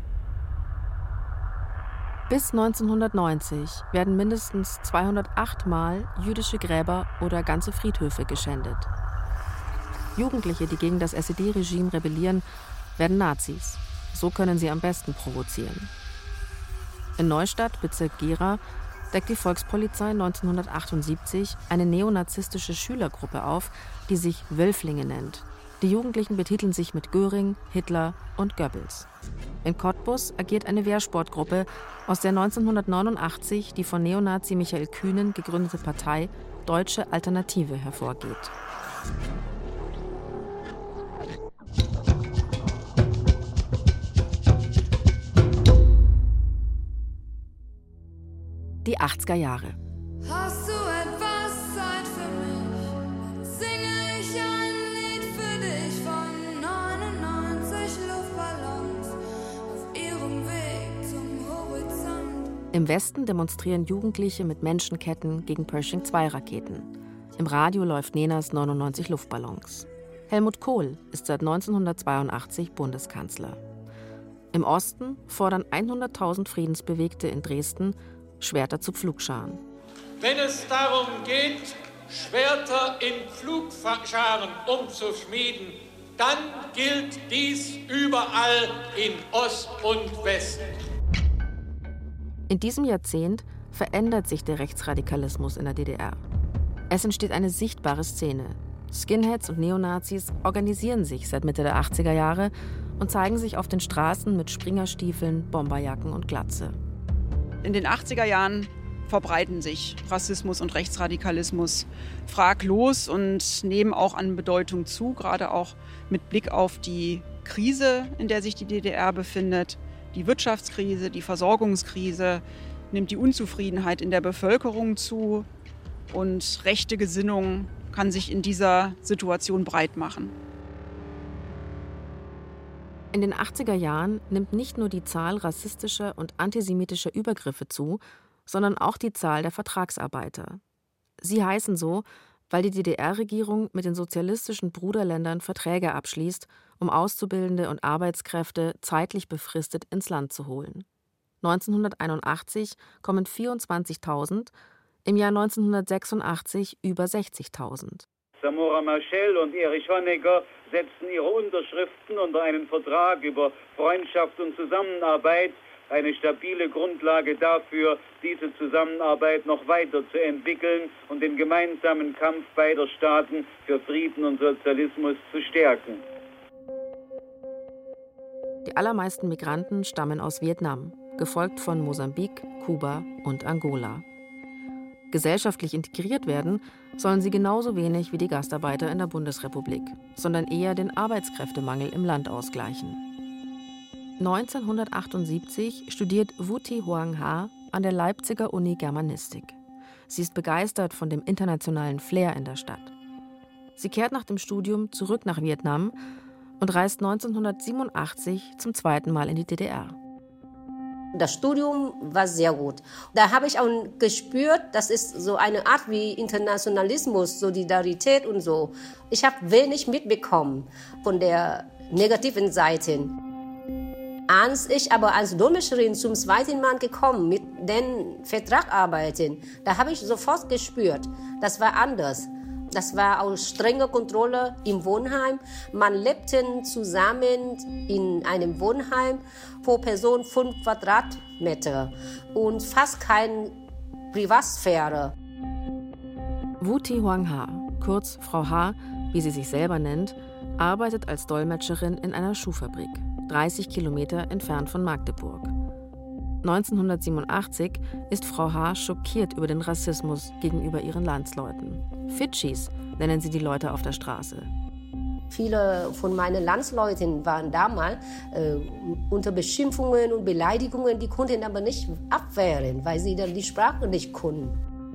Speaker 1: Bis neunzehnhundertneunzig werden mindestens zweihundertacht Mal jüdische Gräber oder ganze Friedhöfe geschändet. Jugendliche, die gegen das S E D-Regime rebellieren, werden Nazis. So können sie am besten provozieren. In Neustadt, Bezirk Gera, deckt die Volkspolizei neunzehnhundertachtundsiebzig eine neonazistische Schülergruppe auf, die sich Wölflinge nennt. Die Jugendlichen betiteln sich mit Göring, Hitler und Goebbels. In Cottbus agiert eine Wehrsportgruppe, aus der neunzehnhundertneunundachtzig die von Neonazi Michael Kühnen gegründete Partei Deutsche Alternative hervorgeht. Die achtziger Jahre.
Speaker 15: Hast du etwas Zeit für mich? Singe ich ein Lied für dich von neunundneunzig Luftballons auf ihrem Weg zum Horizont.
Speaker 1: Im Westen demonstrieren Jugendliche mit Menschenketten gegen Pershing zwei Raketen. Im Radio läuft Nenas neunundneunzig Luftballons. Helmut Kohl ist seit neunzehnhundertzweiundachtzig Bundeskanzler. Im Osten fordern hunderttausend Friedensbewegte in Dresden Schwerter zu Pflugscharen.
Speaker 16: Wenn es darum geht, Schwerter in Pflugscharen umzuschmieden, dann gilt dies überall in Ost und West.
Speaker 1: In diesem Jahrzehnt verändert sich der Rechtsradikalismus in der D D R. Es entsteht eine sichtbare Szene. Skinheads und Neonazis organisieren sich seit Mitte der achtziger Jahre und zeigen sich auf den Straßen mit Springerstiefeln, Bomberjacken und Glatze.
Speaker 10: In den achtziger Jahren verbreiten sich Rassismus und Rechtsradikalismus fraglos und nehmen auch an Bedeutung zu, gerade auch mit Blick auf die Krise, in der sich die D D R befindet. Die Wirtschaftskrise, die Versorgungskrise, nimmt die Unzufriedenheit in der Bevölkerung zu und rechte Gesinnung kann sich in dieser Situation breit machen.
Speaker 1: In den achtziger Jahren nimmt nicht nur die Zahl rassistischer und antisemitischer Übergriffe zu, sondern auch die Zahl der Vertragsarbeiter. Sie heißen so, weil die D D R-Regierung mit den sozialistischen Bruderländern Verträge abschließt, um Auszubildende und Arbeitskräfte zeitlich befristet ins Land zu holen. neunzehnhunderteinundachtzig kommen vierundzwanzigtausend, im Jahr neunzehnhundertsechsundachtzig über sechzigtausend.
Speaker 17: Samora Machel und Erich Honecker setzten ihre Unterschriften unter einen Vertrag über Freundschaft und Zusammenarbeit, eine stabile Grundlage dafür, diese Zusammenarbeit noch weiter zu entwickeln und den gemeinsamen Kampf beider Staaten für Frieden und Sozialismus zu stärken.
Speaker 1: Die allermeisten Migranten stammen aus Vietnam, gefolgt von Mosambik, Kuba und Angola. Gesellschaftlich integriert werden sollen sie genauso wenig wie die Gastarbeiter in der Bundesrepublik, sondern eher den Arbeitskräftemangel im Land ausgleichen. neunzehnhundertachtundsiebzig studiert Vu Thi Hoang Ha an der Leipziger Uni Germanistik. Sie ist begeistert von dem internationalen Flair in der Stadt. Sie kehrt nach dem Studium zurück nach Vietnam und reist neunzehnhundertsiebenundachtzig zum zweiten Mal in die D D R.
Speaker 18: Das Studium war sehr gut. Da habe ich auch gespürt, das ist so eine Art wie Internationalismus, Solidarität und so. Ich habe wenig mitbekommen von der negativen Seite. Als ich aber als Dolmetscherin zum zweiten Mal gekommen mit den Vertragsarbeiten, da habe ich sofort gespürt, das war anders. Das war auch strenge Kontrolle im Wohnheim. Man lebte zusammen in einem Wohnheim pro Person fünf Quadratmeter und fast keine Privatsphäre.
Speaker 1: Vu Thi Hoang Ha, kurz Frau H., wie sie sich selber nennt, arbeitet als Dolmetscherin in einer Schuhfabrik, dreißig Kilometer entfernt von Magdeburg. neunzehnhundertsiebenundachtzig ist Frau H. schockiert über den Rassismus gegenüber ihren Landsleuten. Fitschis nennen sie die Leute auf der Straße.
Speaker 18: Viele von meinen Landsleuten waren damals äh, unter Beschimpfungen und Beleidigungen, die konnten aber nicht abwehren, weil sie dann die Sprache nicht konnten.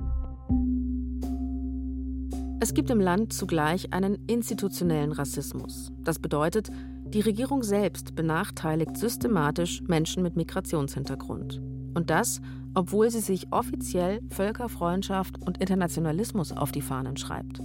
Speaker 1: Es gibt im Land zugleich einen institutionellen Rassismus. Das bedeutet, die Regierung selbst benachteiligt systematisch Menschen mit Migrationshintergrund. Und das, obwohl sie sich offiziell Völkerfreundschaft und Internationalismus auf die Fahnen schreibt.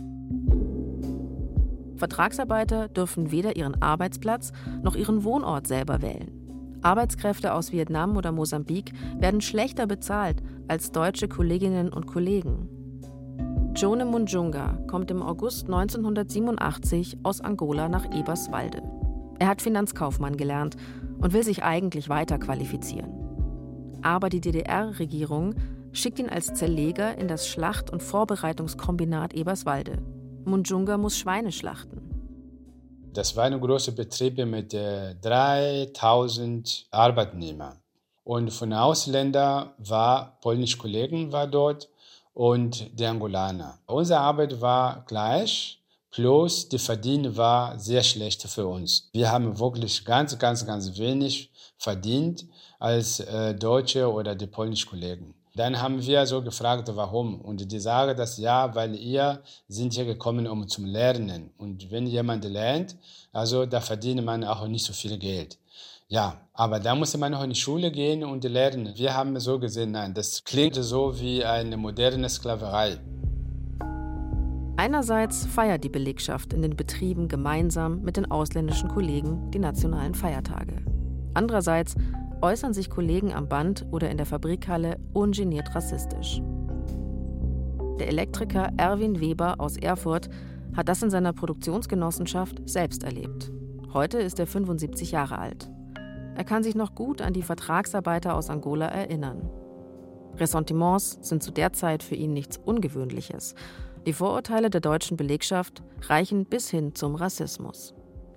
Speaker 1: Vertragsarbeiter dürfen weder ihren Arbeitsplatz noch ihren Wohnort selber wählen. Arbeitskräfte aus Vietnam oder Mosambik werden schlechter bezahlt als deutsche Kolleginnen und Kollegen. Jone Munjunga kommt im August neunzehnhundertsiebenundachtzig aus Angola nach Eberswalde. Er hat Finanzkaufmann gelernt und will sich eigentlich weiter qualifizieren. Aber die D D R-Regierung schickt ihn als Zerleger in das Schlacht- und Vorbereitungskombinat Eberswalde. Munjunga muss Schweine schlachten.
Speaker 19: Das war ein großer Betrieb mit äh, dreitausend Arbeitnehmern. Und von Ausländern war polnische Kollegen war dort und die Angolaner. Unsere Arbeit war gleich. Plus, die Verdienst war sehr schlecht für uns. Wir haben wirklich ganz, ganz, ganz wenig verdient als äh, Deutsche oder die polnischen Kollegen. Dann haben wir so gefragt, warum. Und die sagen das ja, weil ihr sind hier gekommen, um zu lernen. Und wenn jemand lernt, also da verdient man auch nicht so viel Geld. Ja, aber da muss man auch in die Schule gehen und lernen. Wir haben so gesehen, nein, das klingt so wie eine moderne Sklaverei.
Speaker 1: Einerseits feiert die Belegschaft in den Betrieben gemeinsam mit den ausländischen Kollegen die nationalen Feiertage. Andererseits äußern sich Kollegen am Band oder in der Fabrikhalle ungeniert rassistisch. Der Elektriker Erwin Weber aus Erfurt hat das in seiner Produktionsgenossenschaft selbst erlebt. Heute ist er fünfundsiebzig Jahre alt. Er kann sich noch gut an die Vertragsarbeiter aus Angola erinnern. Ressentiments sind zu der Zeit für ihn nichts Ungewöhnliches. Die Vorurteile der deutschen Belegschaft reichen bis hin zum Rassismus.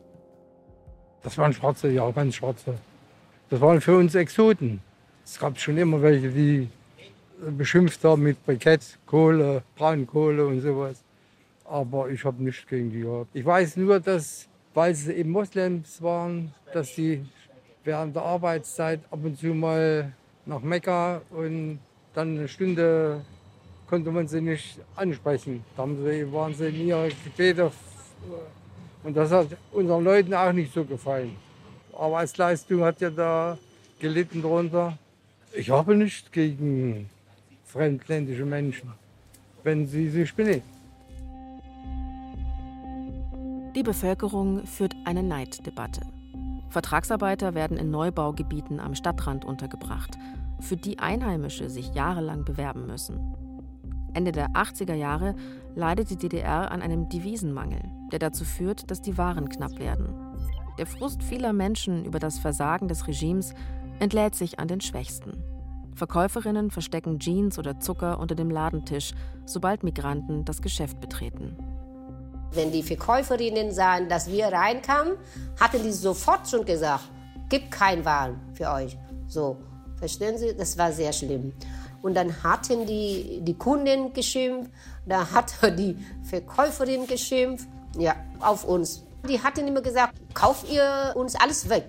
Speaker 20: Das waren Schwarze, ja, ganz Schwarze. Das waren für uns Exoten. Es gab schon immer welche, die beschimpft haben mit Brikett, Kohle, Braunkohle und sowas. Aber ich habe nichts gegen die gehabt. Ich weiß nur, dass, weil sie eben Moslems waren, dass sie während der Arbeitszeit ab und zu mal nach Mekka und dann eine Stunde konnte man sie nicht ansprechen. Da haben sie, waren sie in ihre Gebete. Und das hat unseren Leuten auch nicht so gefallen. Arbeitsleistung hat ja da gelitten drunter. Ich habe nichts gegen fremdländische Menschen, wenn sie sich benehmen.
Speaker 1: Die Bevölkerung führt eine Neiddebatte. Vertragsarbeiter werden in Neubaugebieten am Stadtrand untergebracht, für die Einheimische sich jahrelang bewerben müssen. Ende der achtziger Jahre leidet die D D R an einem Devisenmangel, der dazu führt, dass die Waren knapp werden. Der Frust vieler Menschen über das Versagen des Regimes entlädt sich an den Schwächsten. Verkäuferinnen verstecken Jeans oder Zucker unter dem Ladentisch, sobald Migranten das Geschäft betreten.
Speaker 18: Wenn die Verkäuferinnen sahen, dass wir reinkamen, hatten die sofort schon gesagt, gibt kein Waren für euch. So, verstehen Sie? Das war sehr schlimm. Und dann hatten die, die Kunden geschimpft, da hat die Verkäuferin geschimpft, ja, auf uns. Die hatten immer gesagt, kauft ihr uns alles weg.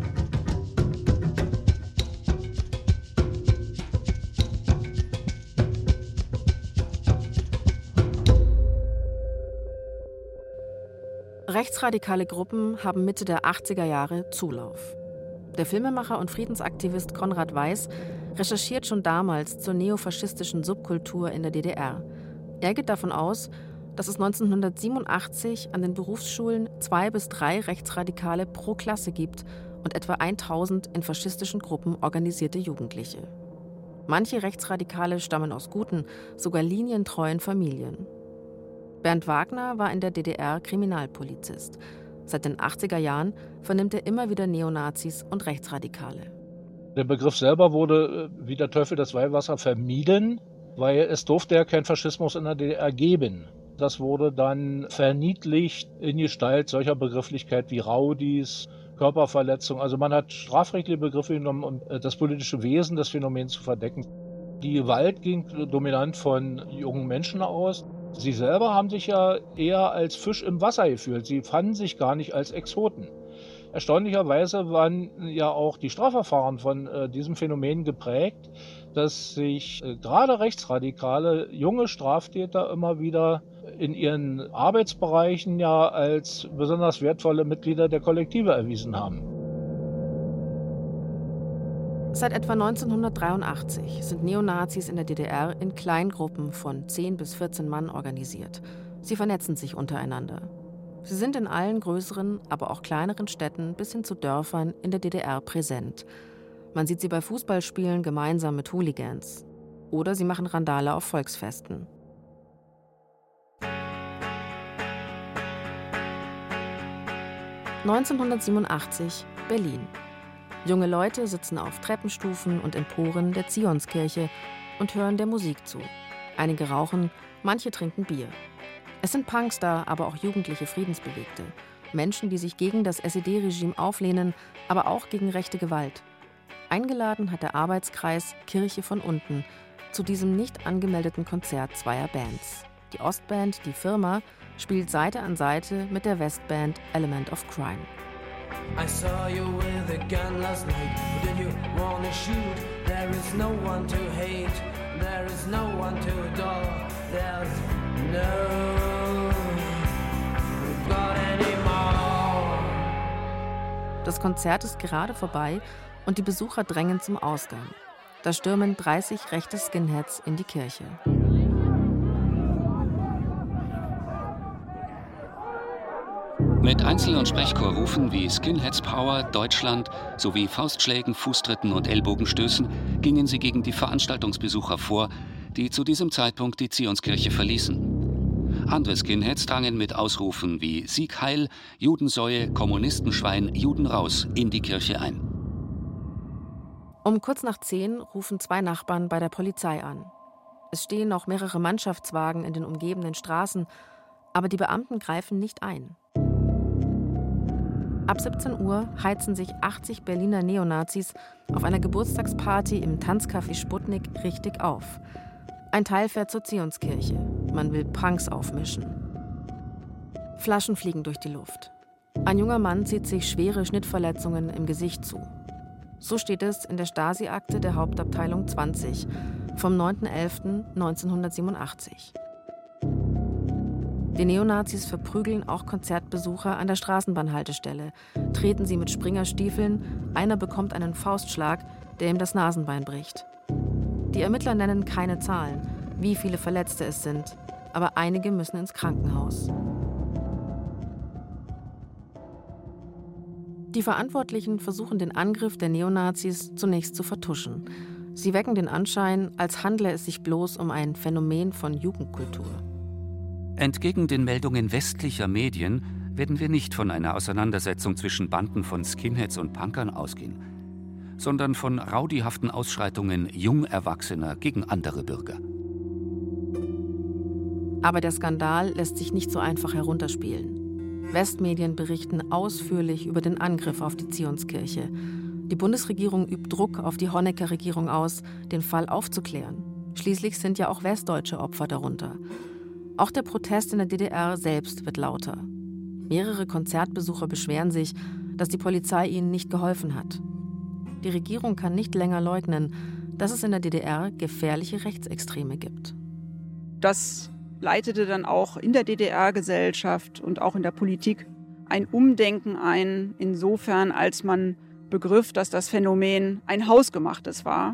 Speaker 1: Rechtsradikale Gruppen haben Mitte der achtziger Jahre Zulauf. Der Filmemacher und Friedensaktivist Konrad Weiß recherchiert schon damals zur neofaschistischen Subkultur in der D D R. Er geht davon aus, dass es neunzehnhundertsiebenundachtzig an den Berufsschulen zwei bis drei Rechtsradikale pro Klasse gibt und etwa tausend in faschistischen Gruppen organisierte Jugendliche. Manche Rechtsradikale stammen aus guten, sogar linientreuen Familien. Bernd Wagner war in der D D R Kriminalpolizist. Seit den achtziger Jahren vernimmt er immer wieder Neonazis und Rechtsradikale.
Speaker 21: Der Begriff selber wurde wie der Teufel das Weihwasser vermieden, weil es durfte ja keinen Faschismus in der D D R geben. Das wurde dann verniedlicht in Gestalt solcher Begrifflichkeit wie Raudis, Körperverletzung. Also man hat strafrechtliche Begriffe genommen, um das politische Wesen des Phänomens zu verdecken. Die Gewalt ging dominant von jungen Menschen aus. Sie selber haben sich ja eher als Fisch im Wasser gefühlt. Sie fanden sich gar nicht als Exoten. Erstaunlicherweise waren ja auch die Strafverfahren von äh, diesem Phänomen geprägt, dass sich äh, gerade rechtsradikale junge Straftäter immer wieder in ihren Arbeitsbereichen ja als besonders wertvolle Mitglieder der Kollektive erwiesen haben.
Speaker 1: Seit etwa neunzehnhundertdreiundachtzig sind Neonazis in der D D R in Kleingruppen von zehn bis vierzehn Mann organisiert. Sie vernetzen sich untereinander. Sie sind in allen größeren, aber auch kleineren Städten bis hin zu Dörfern in der D D R präsent. Man sieht sie bei Fußballspielen gemeinsam mit Hooligans. Oder sie machen Randale auf Volksfesten. neunzehnhundertsiebenundachtzig, Berlin. Junge Leute sitzen auf Treppenstufen und Emporen der Zionskirche und hören der Musik zu. Einige rauchen, manche trinken Bier. Es sind Punks da, aber auch jugendliche Friedensbewegte. Menschen, die sich gegen das S E D-Regime auflehnen, aber auch gegen rechte Gewalt. Eingeladen hat der Arbeitskreis Kirche von unten zu diesem nicht angemeldeten Konzert zweier Bands. Die Ostband, die Firma, spielt Seite an Seite mit der Westband Element of Crime.
Speaker 22: I saw you with a gun last night. Did you wanna shoot? There is no one to hate. There is no one to adore. There's no God anymore.
Speaker 1: Das Konzert ist gerade vorbei und die Besucher drängen zum Ausgang. Da stürmen dreißig rechte Skinheads in die Kirche.
Speaker 5: Mit Einzel- und Sprechchorrufen wie Skinheads Power, Deutschland sowie Faustschlägen, Fußtritten und Ellbogenstößen gingen sie gegen die Veranstaltungsbesucher vor, die zu diesem Zeitpunkt die Zionskirche verließen. Andere Skinheads drangen mit Ausrufen wie Sieg heil, Judensäue, Kommunistenschwein, Juden raus in die Kirche ein.
Speaker 1: Um kurz nach zehn rufen zwei Nachbarn bei der Polizei an. Es stehen noch mehrere Mannschaftswagen in den umgebenden Straßen, aber die Beamten greifen nicht ein. Ab siebzehn Uhr heizen sich achtzig Berliner Neonazis auf einer Geburtstagsparty im Tanzcafé Sputnik richtig auf. Ein Teil fährt zur Zionskirche. Man will Punks aufmischen. Flaschen fliegen durch die Luft. Ein junger Mann zieht sich schwere Schnittverletzungen im Gesicht zu. So steht es in der Stasi-Akte der Hauptabteilung zwanzig vom neunten elften neunzehnhundertsiebenundachtzig. Die Neonazis verprügeln auch Konzertbesucher an der Straßenbahnhaltestelle, treten sie mit Springerstiefeln, einer bekommt einen Faustschlag, der ihm das Nasenbein bricht. Die Ermittler nennen keine Zahlen, wie viele Verletzte es sind, aber einige müssen ins Krankenhaus. Die Verantwortlichen versuchen den Angriff der Neonazis zunächst zu vertuschen. Sie wecken den Anschein, als handle es sich bloß um ein Phänomen von Jugendkultur.
Speaker 5: Entgegen den Meldungen westlicher Medien werden wir nicht von einer Auseinandersetzung zwischen Banden von Skinheads und Punkern ausgehen, sondern von rowdyhaften Ausschreitungen Jungerwachsener gegen andere Bürger.
Speaker 1: Aber der Skandal lässt sich nicht so einfach herunterspielen. Westmedien berichten ausführlich über den Angriff auf die Zionskirche. Die Bundesregierung übt Druck auf die Honecker-Regierung aus, den Fall aufzuklären. Schließlich sind ja auch westdeutsche Opfer darunter. Auch der Protest in der D D R selbst wird lauter. Mehrere Konzertbesucher beschweren sich, dass die Polizei ihnen nicht geholfen hat. Die Regierung kann nicht länger leugnen, dass es in der D D R gefährliche Rechtsextreme gibt.
Speaker 10: Das leitete dann auch in der D D R-Gesellschaft und auch in der Politik ein Umdenken ein, insofern als man begriff, dass das Phänomen ein hausgemachtes war.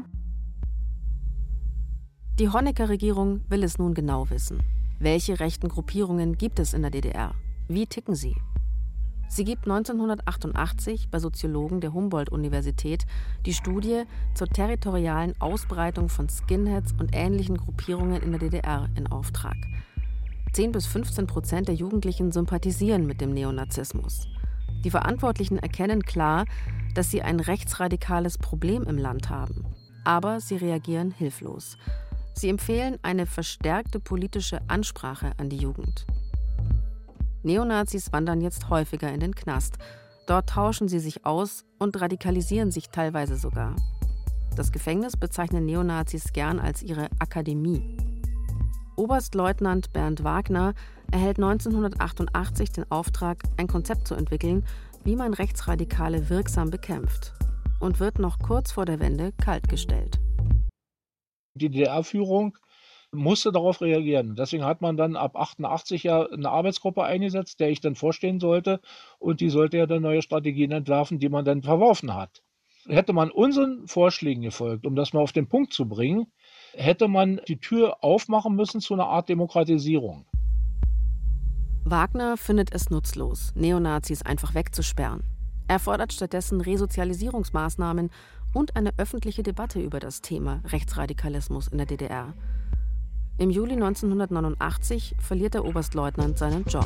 Speaker 1: Die Honecker-Regierung will es nun genau wissen. Welche rechten Gruppierungen gibt es in der D D R? Wie ticken sie? Sie gibt neunzehnhundertachtundachtzig bei Soziologen der Humboldt-Universität die Studie zur territorialen Ausbreitung von Skinheads und ähnlichen Gruppierungen in der D D R in Auftrag. zehn bis fünfzehn Prozent der Jugendlichen sympathisieren mit dem Neonazismus. Die Verantwortlichen erkennen klar, dass sie ein rechtsradikales Problem im Land haben. Aber sie reagieren hilflos. Sie empfehlen eine verstärkte politische Ansprache an die Jugend. Neonazis wandern jetzt häufiger in den Knast. Dort tauschen sie sich aus und radikalisieren sich teilweise sogar. Das Gefängnis bezeichnen Neonazis gern als ihre Akademie. Oberstleutnant Bernd Wagner erhält neunzehnhundertachtundachtzig den Auftrag, ein Konzept zu entwickeln, wie man Rechtsradikale wirksam bekämpft, und wird noch kurz vor der Wende kaltgestellt.
Speaker 21: Die D D R-Führung musste darauf reagieren. Deswegen hat man dann ab achtundachtzig ja eine Arbeitsgruppe eingesetzt, der ich dann vorstehen sollte, und die sollte ja dann neue Strategien entwerfen, die man dann verworfen hat. Hätte man unseren Vorschlägen gefolgt, um das mal auf den Punkt zu bringen, hätte man die Tür aufmachen müssen zu einer Art Demokratisierung.
Speaker 1: Wagner findet es nutzlos, Neonazis einfach wegzusperren. Er fordert stattdessen Resozialisierungsmaßnahmen und eine öffentliche Debatte über das Thema Rechtsradikalismus in der D D R. Im Juli neunzehnhundertneunundachtzig verliert der Oberstleutnant seinen Job.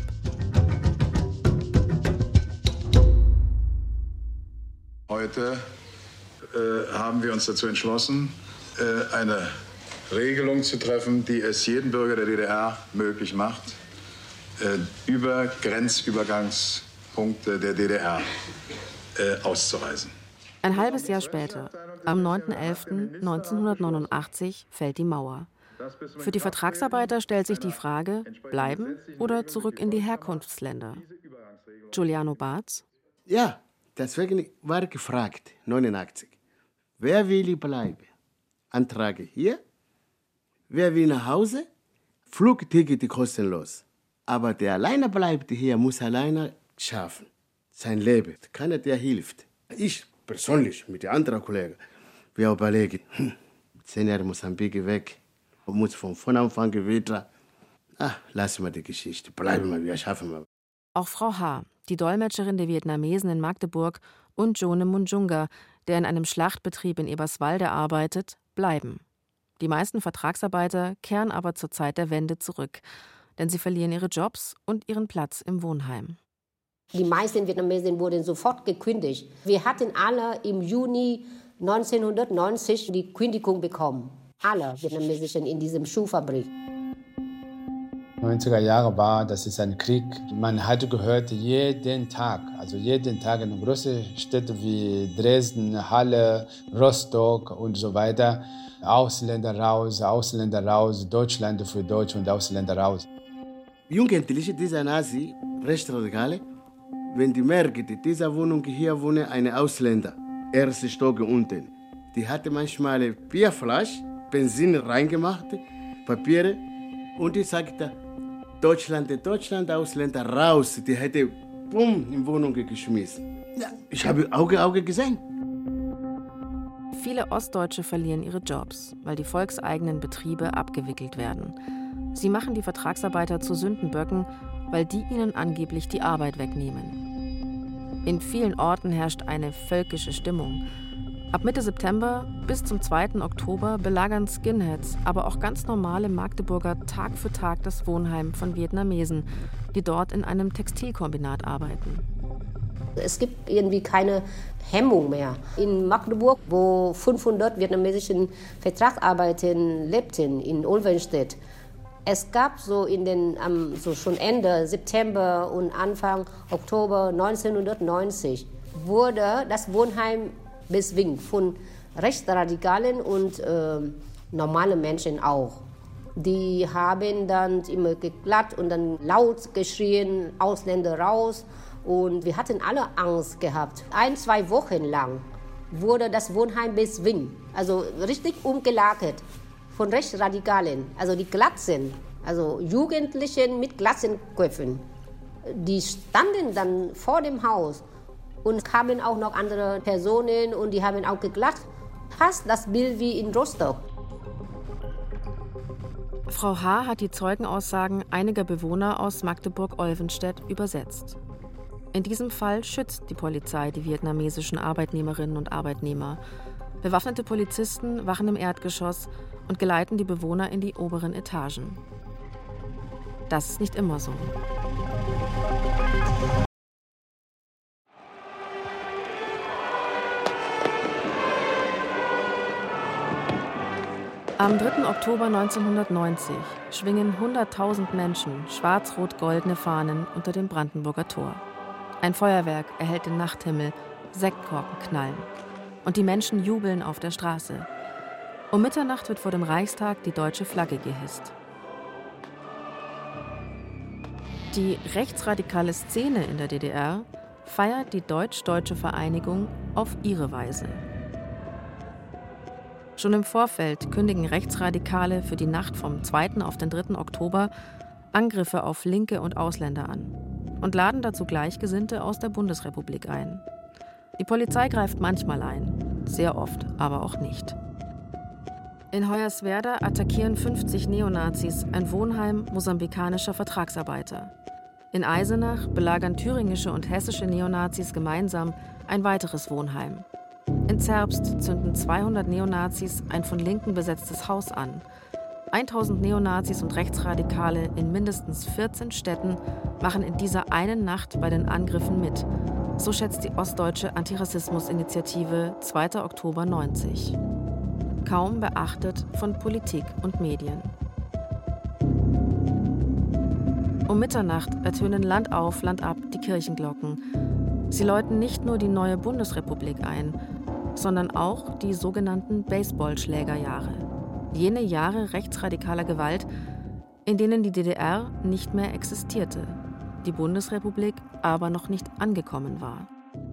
Speaker 2: Heute äh, haben wir uns dazu entschlossen, äh, eine Regelung zu treffen, die es jedem Bürger der D D R möglich macht, äh, über Grenzübergangspunkte der D D R äh, auszureisen.
Speaker 1: Ein halbes Jahr später, am neunten elften neunzehnhundertneunundachtzig, fällt die Mauer. Für die Vertragsarbeiter stellt sich die Frage, bleiben oder zurück in die Herkunftsländer? Giuliano Barz?
Speaker 7: Ja, deswegen war gefragt, neunundachtzig. Wer will bleiben? Antrage hier. Wer will nach Hause? Flugticket kostenlos. Aber der alleine bleibt hier, muss alleine schaffen. Sein Leben. Keiner, der hilft. Ich persönlich mit den anderen Kollegen, wir überlegen, hm, zehn Jahre Mosambik weg. Man muss von vorn anfangen wieder. Ah, lassen wir die Geschichte. Bleiben wir, wir schaffen wir.
Speaker 1: Auch Frau H., die Dolmetscherin der Vietnamesen in Magdeburg, und Jone Munjunga, der in einem Schlachtbetrieb in Eberswalde arbeitet, bleiben. Die meisten Vertragsarbeiter kehren aber zur Zeit der Wende zurück, denn sie verlieren ihre Jobs und ihren Platz im Wohnheim.
Speaker 18: Die meisten Vietnamesen wurden sofort gekündigt. Wir hatten alle im Juni neunzehnhundertneunzig die Kündigung bekommen. Alle Vietnamesischen in diesem Schuhfabrik.
Speaker 19: neunziger Jahre war, das ist ein Krieg. Man hatte gehört, jeden Tag, also jeden Tag in großen Städten wie Dresden, Halle, Rostock und so weiter. Ausländer raus, Ausländer raus, Deutschland für Deutsch und Ausländer raus.
Speaker 7: Jugendliche dieser Nazi, Rechtsradikale, wenn die merken, in dieser Wohnung hier wohnen eine Ausländer, erste Stock unten. Die hatte manchmal Bierflasche, Benzin reingemacht, Papiere, und die sagte, Deutschland, Deutschland, Ausländer raus. Die hätte, bumm, in die Wohnung geschmissen. Ja, ich habe Auge, Auge gesehen.
Speaker 1: Viele Ostdeutsche verlieren ihre Jobs, weil die volkseigenen Betriebe abgewickelt werden. Sie machen die Vertragsarbeiter zu Sündenböcken, weil die ihnen angeblich die Arbeit wegnehmen. In vielen Orten herrscht eine völkische Stimmung. Ab Mitte September bis zum zweiten Oktober belagern Skinheads, aber auch ganz normale Magdeburger Tag für Tag das Wohnheim von Vietnamesen, die dort in einem Textilkombinat arbeiten.
Speaker 18: Es gibt irgendwie keine Hemmung mehr. In Magdeburg, wo fünfhundert vietnamesischen Vertragsarbeiter lebten, in Ulvenstedt, es gab so in den um, so schon Ende September und Anfang Oktober neunzehnhundertneunzig wurde das Wohnheim bezwingt von Rechtsradikalen und äh, normalen Menschen auch. Die haben dann immer geklappt und dann laut geschrien, Ausländer raus. Und wir hatten alle Angst gehabt. Ein, zwei Wochen lang wurde das Wohnheim bezwingt, also richtig umgelagert von Rechtsradikalen, also die Glatzen, also Jugendlichen mit Glatzenköpfen. Die standen dann vor dem Haus und kamen auch noch andere Personen und die haben auch geglatt. Fast das Bild wie in Rostock.
Speaker 1: Frau H. hat die Zeugenaussagen einiger Bewohner aus Magdeburg-Olvenstedt übersetzt. In diesem Fall schützt die Polizei die vietnamesischen Arbeitnehmerinnen und Arbeitnehmer. Bewaffnete Polizisten wachen im Erdgeschoss und geleiten die Bewohner in die oberen Etagen. Das ist nicht immer so. Am dritten Oktober neunzehnhundertneunzig schwingen hunderttausend Menschen schwarz-rot-goldene Fahnen unter dem Brandenburger Tor. Ein Feuerwerk erhellt den Nachthimmel, Sektkorken knallen. Und die Menschen jubeln auf der Straße. Um Mitternacht wird vor dem Reichstag die deutsche Flagge gehisst. Die rechtsradikale Szene in der D D R feiert die deutsch-deutsche Vereinigung auf ihre Weise. Schon im Vorfeld kündigen Rechtsradikale für die Nacht vom zweiten auf den dritten Oktober Angriffe auf Linke und Ausländer an und laden dazu Gleichgesinnte aus der Bundesrepublik ein. Die Polizei greift manchmal ein, sehr oft aber auch nicht. In Hoyerswerda attackieren fünfzig Neonazis ein Wohnheim mosambikanischer Vertragsarbeiter. In Eisenach belagern thüringische und hessische Neonazis gemeinsam ein weiteres Wohnheim. In Zerbst zünden zweihundert Neonazis ein von Linken besetztes Haus an. tausend Neonazis und Rechtsradikale in mindestens vierzehn Städten machen in dieser einen Nacht bei den Angriffen mit. So schätzt die Ostdeutsche Antirassismus-Initiative zweiter Oktober neunzig. Kaum beachtet von Politik und Medien. Um Mitternacht ertönen Land auf, Land ab die Kirchenglocken. Sie läuten nicht nur die neue Bundesrepublik ein, sondern auch die sogenannten Baseballschlägerjahre. Jene Jahre rechtsradikaler Gewalt, in denen die D D R nicht mehr existierte, die Bundesrepublik aber noch nicht angekommen war.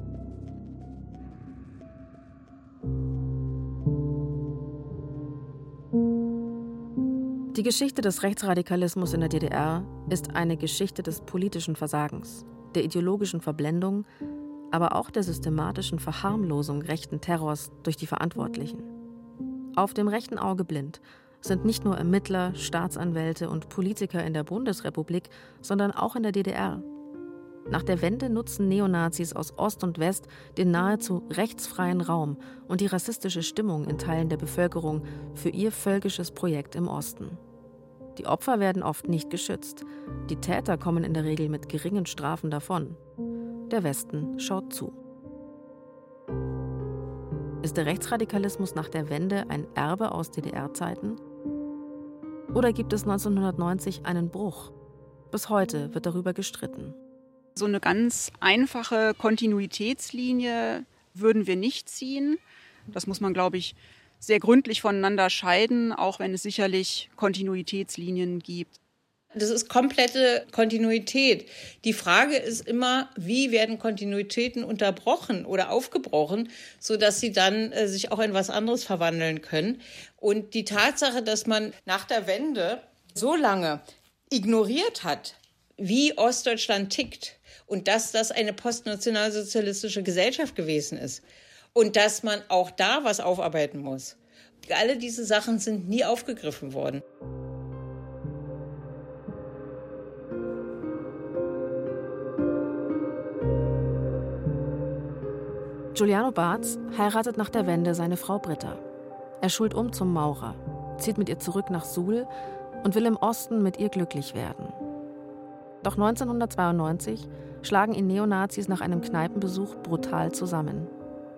Speaker 1: Die Geschichte des Rechtsradikalismus in der D D R ist eine Geschichte des politischen Versagens, der ideologischen Verblendung, aber auch der systematischen Verharmlosung rechten Terrors durch die Verantwortlichen. Auf dem rechten Auge blind sind nicht nur Ermittler, Staatsanwälte und Politiker in der Bundesrepublik, sondern auch in der D D R. Nach der Wende nutzen Neonazis aus Ost und West den nahezu rechtsfreien Raum und die rassistische Stimmung in Teilen der Bevölkerung für ihr völkisches Projekt im Osten. Die Opfer werden oft nicht geschützt. Die Täter kommen in der Regel mit geringen Strafen davon. Der Westen schaut zu. Ist der Rechtsradikalismus nach der Wende ein Erbe aus D D R-Zeiten? Oder gibt es neunzehnhundertneunzig einen Bruch? Bis heute wird darüber gestritten.
Speaker 10: So eine ganz einfache Kontinuitätslinie würden wir nicht ziehen. Das muss man, glaube ich, sehr gründlich voneinander scheiden, auch wenn es sicherlich Kontinuitätslinien gibt.
Speaker 14: Das ist komplette Kontinuität. Die Frage ist immer, wie werden Kontinuitäten unterbrochen oder aufgebrochen, sodass sie dann äh, sich auch in was anderes verwandeln können. Und die Tatsache, dass man nach der Wende so lange ignoriert hat, wie Ostdeutschland tickt und dass das eine postnationalsozialistische Gesellschaft gewesen ist und dass man auch da was aufarbeiten muss. Alle diese Sachen sind nie aufgegriffen worden.
Speaker 1: Giuliano Barz heiratet nach der Wende seine Frau Britta. Er schult um zum Maurer, zieht mit ihr zurück nach Suhl und will im Osten mit ihr glücklich werden. Doch neunzehnhundertzweiundneunzig schlagen ihn Neonazis nach einem Kneipenbesuch brutal zusammen.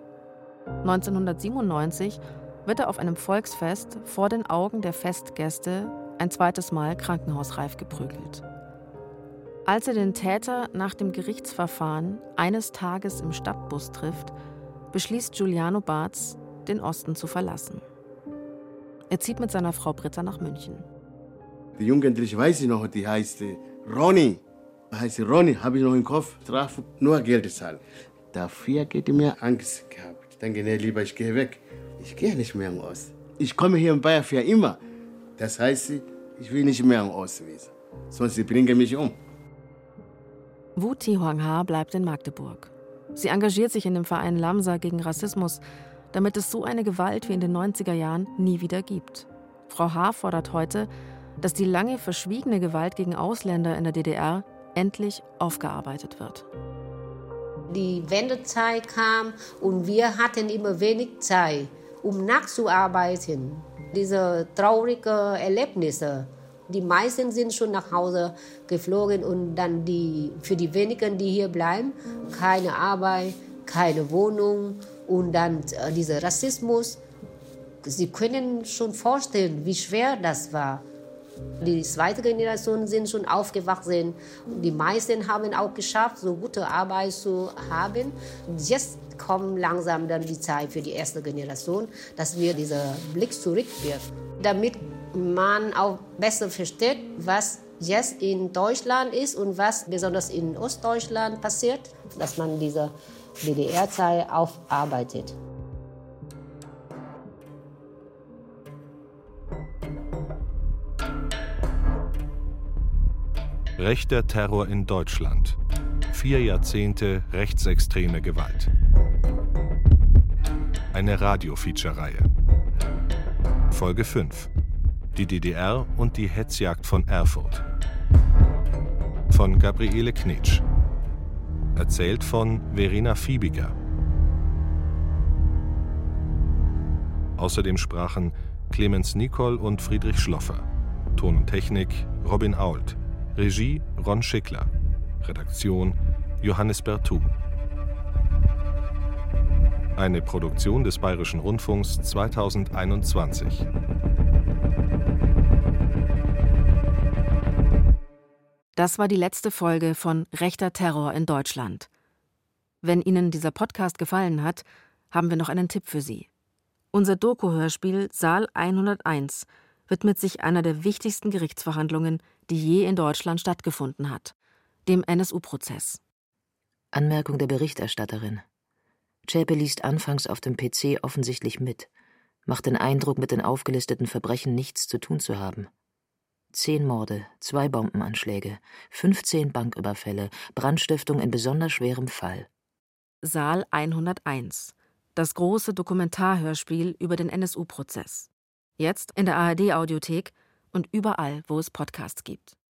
Speaker 1: neunzehnhundertsiebenundneunzig wird er auf einem Volksfest vor den Augen der Festgäste ein zweites Mal krankenhausreif geprügelt. Als er den Täter nach dem Gerichtsverfahren eines Tages im Stadtbus trifft, beschließt Giuliano Barz, den Osten zu verlassen. Er zieht mit seiner Frau Britta nach München.
Speaker 7: Die Jugendliche weiß ich noch, die heißt Ronny. Heißt Ronny, habe ich noch im Kopf, traf nur Geld zahlen. Dafür geht mir Angst gehabt. Ich denke, nee, lieber, ich gehe weg. Ich gehe nicht mehr im Osten. Ich komme hier in Bayern für immer. Das heißt, ich will nicht mehr im Osten wissen. Sonst sie bringen mich um.
Speaker 1: Wu Ti-Huang-ha bleibt in Magdeburg. Sie engagiert sich in dem Verein Lamsa gegen Rassismus, damit es so eine Gewalt wie in den neunziger Jahren nie wieder gibt. Frau H. fordert heute, dass die lange verschwiegene Gewalt gegen Ausländer in der D D R endlich aufgearbeitet wird.
Speaker 18: Die Wendezeit kam und wir hatten immer wenig Zeit, um nachzuarbeiten. Diese traurigen Erlebnisse. Die meisten sind schon nach Hause geflogen und dann die, für die wenigen, die hier bleiben, keine Arbeit, keine Wohnung und dann äh, dieser Rassismus. Sie können schon vorstellen, wie schwer das war. Die zweite Generation sind schon aufgewachsen. Die meisten haben auch geschafft, so gute Arbeit zu haben. Jetzt kommt langsam dann die Zeit für die erste Generation, dass wir dieser Blick zurückwirft. Damit man auch besser versteht, was jetzt in Deutschland ist und was besonders in Ostdeutschland passiert, dass man diese D D R-Zeit aufarbeitet.
Speaker 3: Rechter Terror in Deutschland. Vier Jahrzehnte rechtsextreme Gewalt. Eine Radio-Feature-Reihe. Folge fünf. Die D D R und die Hetzjagd von Erfurt. Von Gabriele Knitsch. Erzählt von Verena Fiebiger. Außerdem sprachen Clemens Nicol und Friedrich Schloffer. Ton und Technik Robin Ault. Regie Ron Schickler. Redaktion Johannes Bertou. Eine Produktion des Bayerischen Rundfunks zweitausendeinundzwanzig.
Speaker 1: Das war die letzte Folge von Rechter Terror in Deutschland. Wenn Ihnen dieser Podcast gefallen hat, haben wir noch einen Tipp für Sie. Unser Doku-Hörspiel Saal hunderteins widmet sich einer der wichtigsten Gerichtsverhandlungen, die je in Deutschland stattgefunden hat, dem N S U-Prozess.
Speaker 4: Anmerkung der Berichterstatterin. Zschäpe liest anfangs auf dem P C offensichtlich mit, macht den Eindruck, mit den aufgelisteten Verbrechen nichts zu tun zu haben. Zehn Morde, zwei Bombenanschläge, fünfzehn Banküberfälle, Brandstiftung in besonders schwerem Fall.
Speaker 1: Saal hunderteins, das große Dokumentarhörspiel über den N S U-Prozess. Jetzt in der A R D-Audiothek und überall, wo es Podcasts gibt.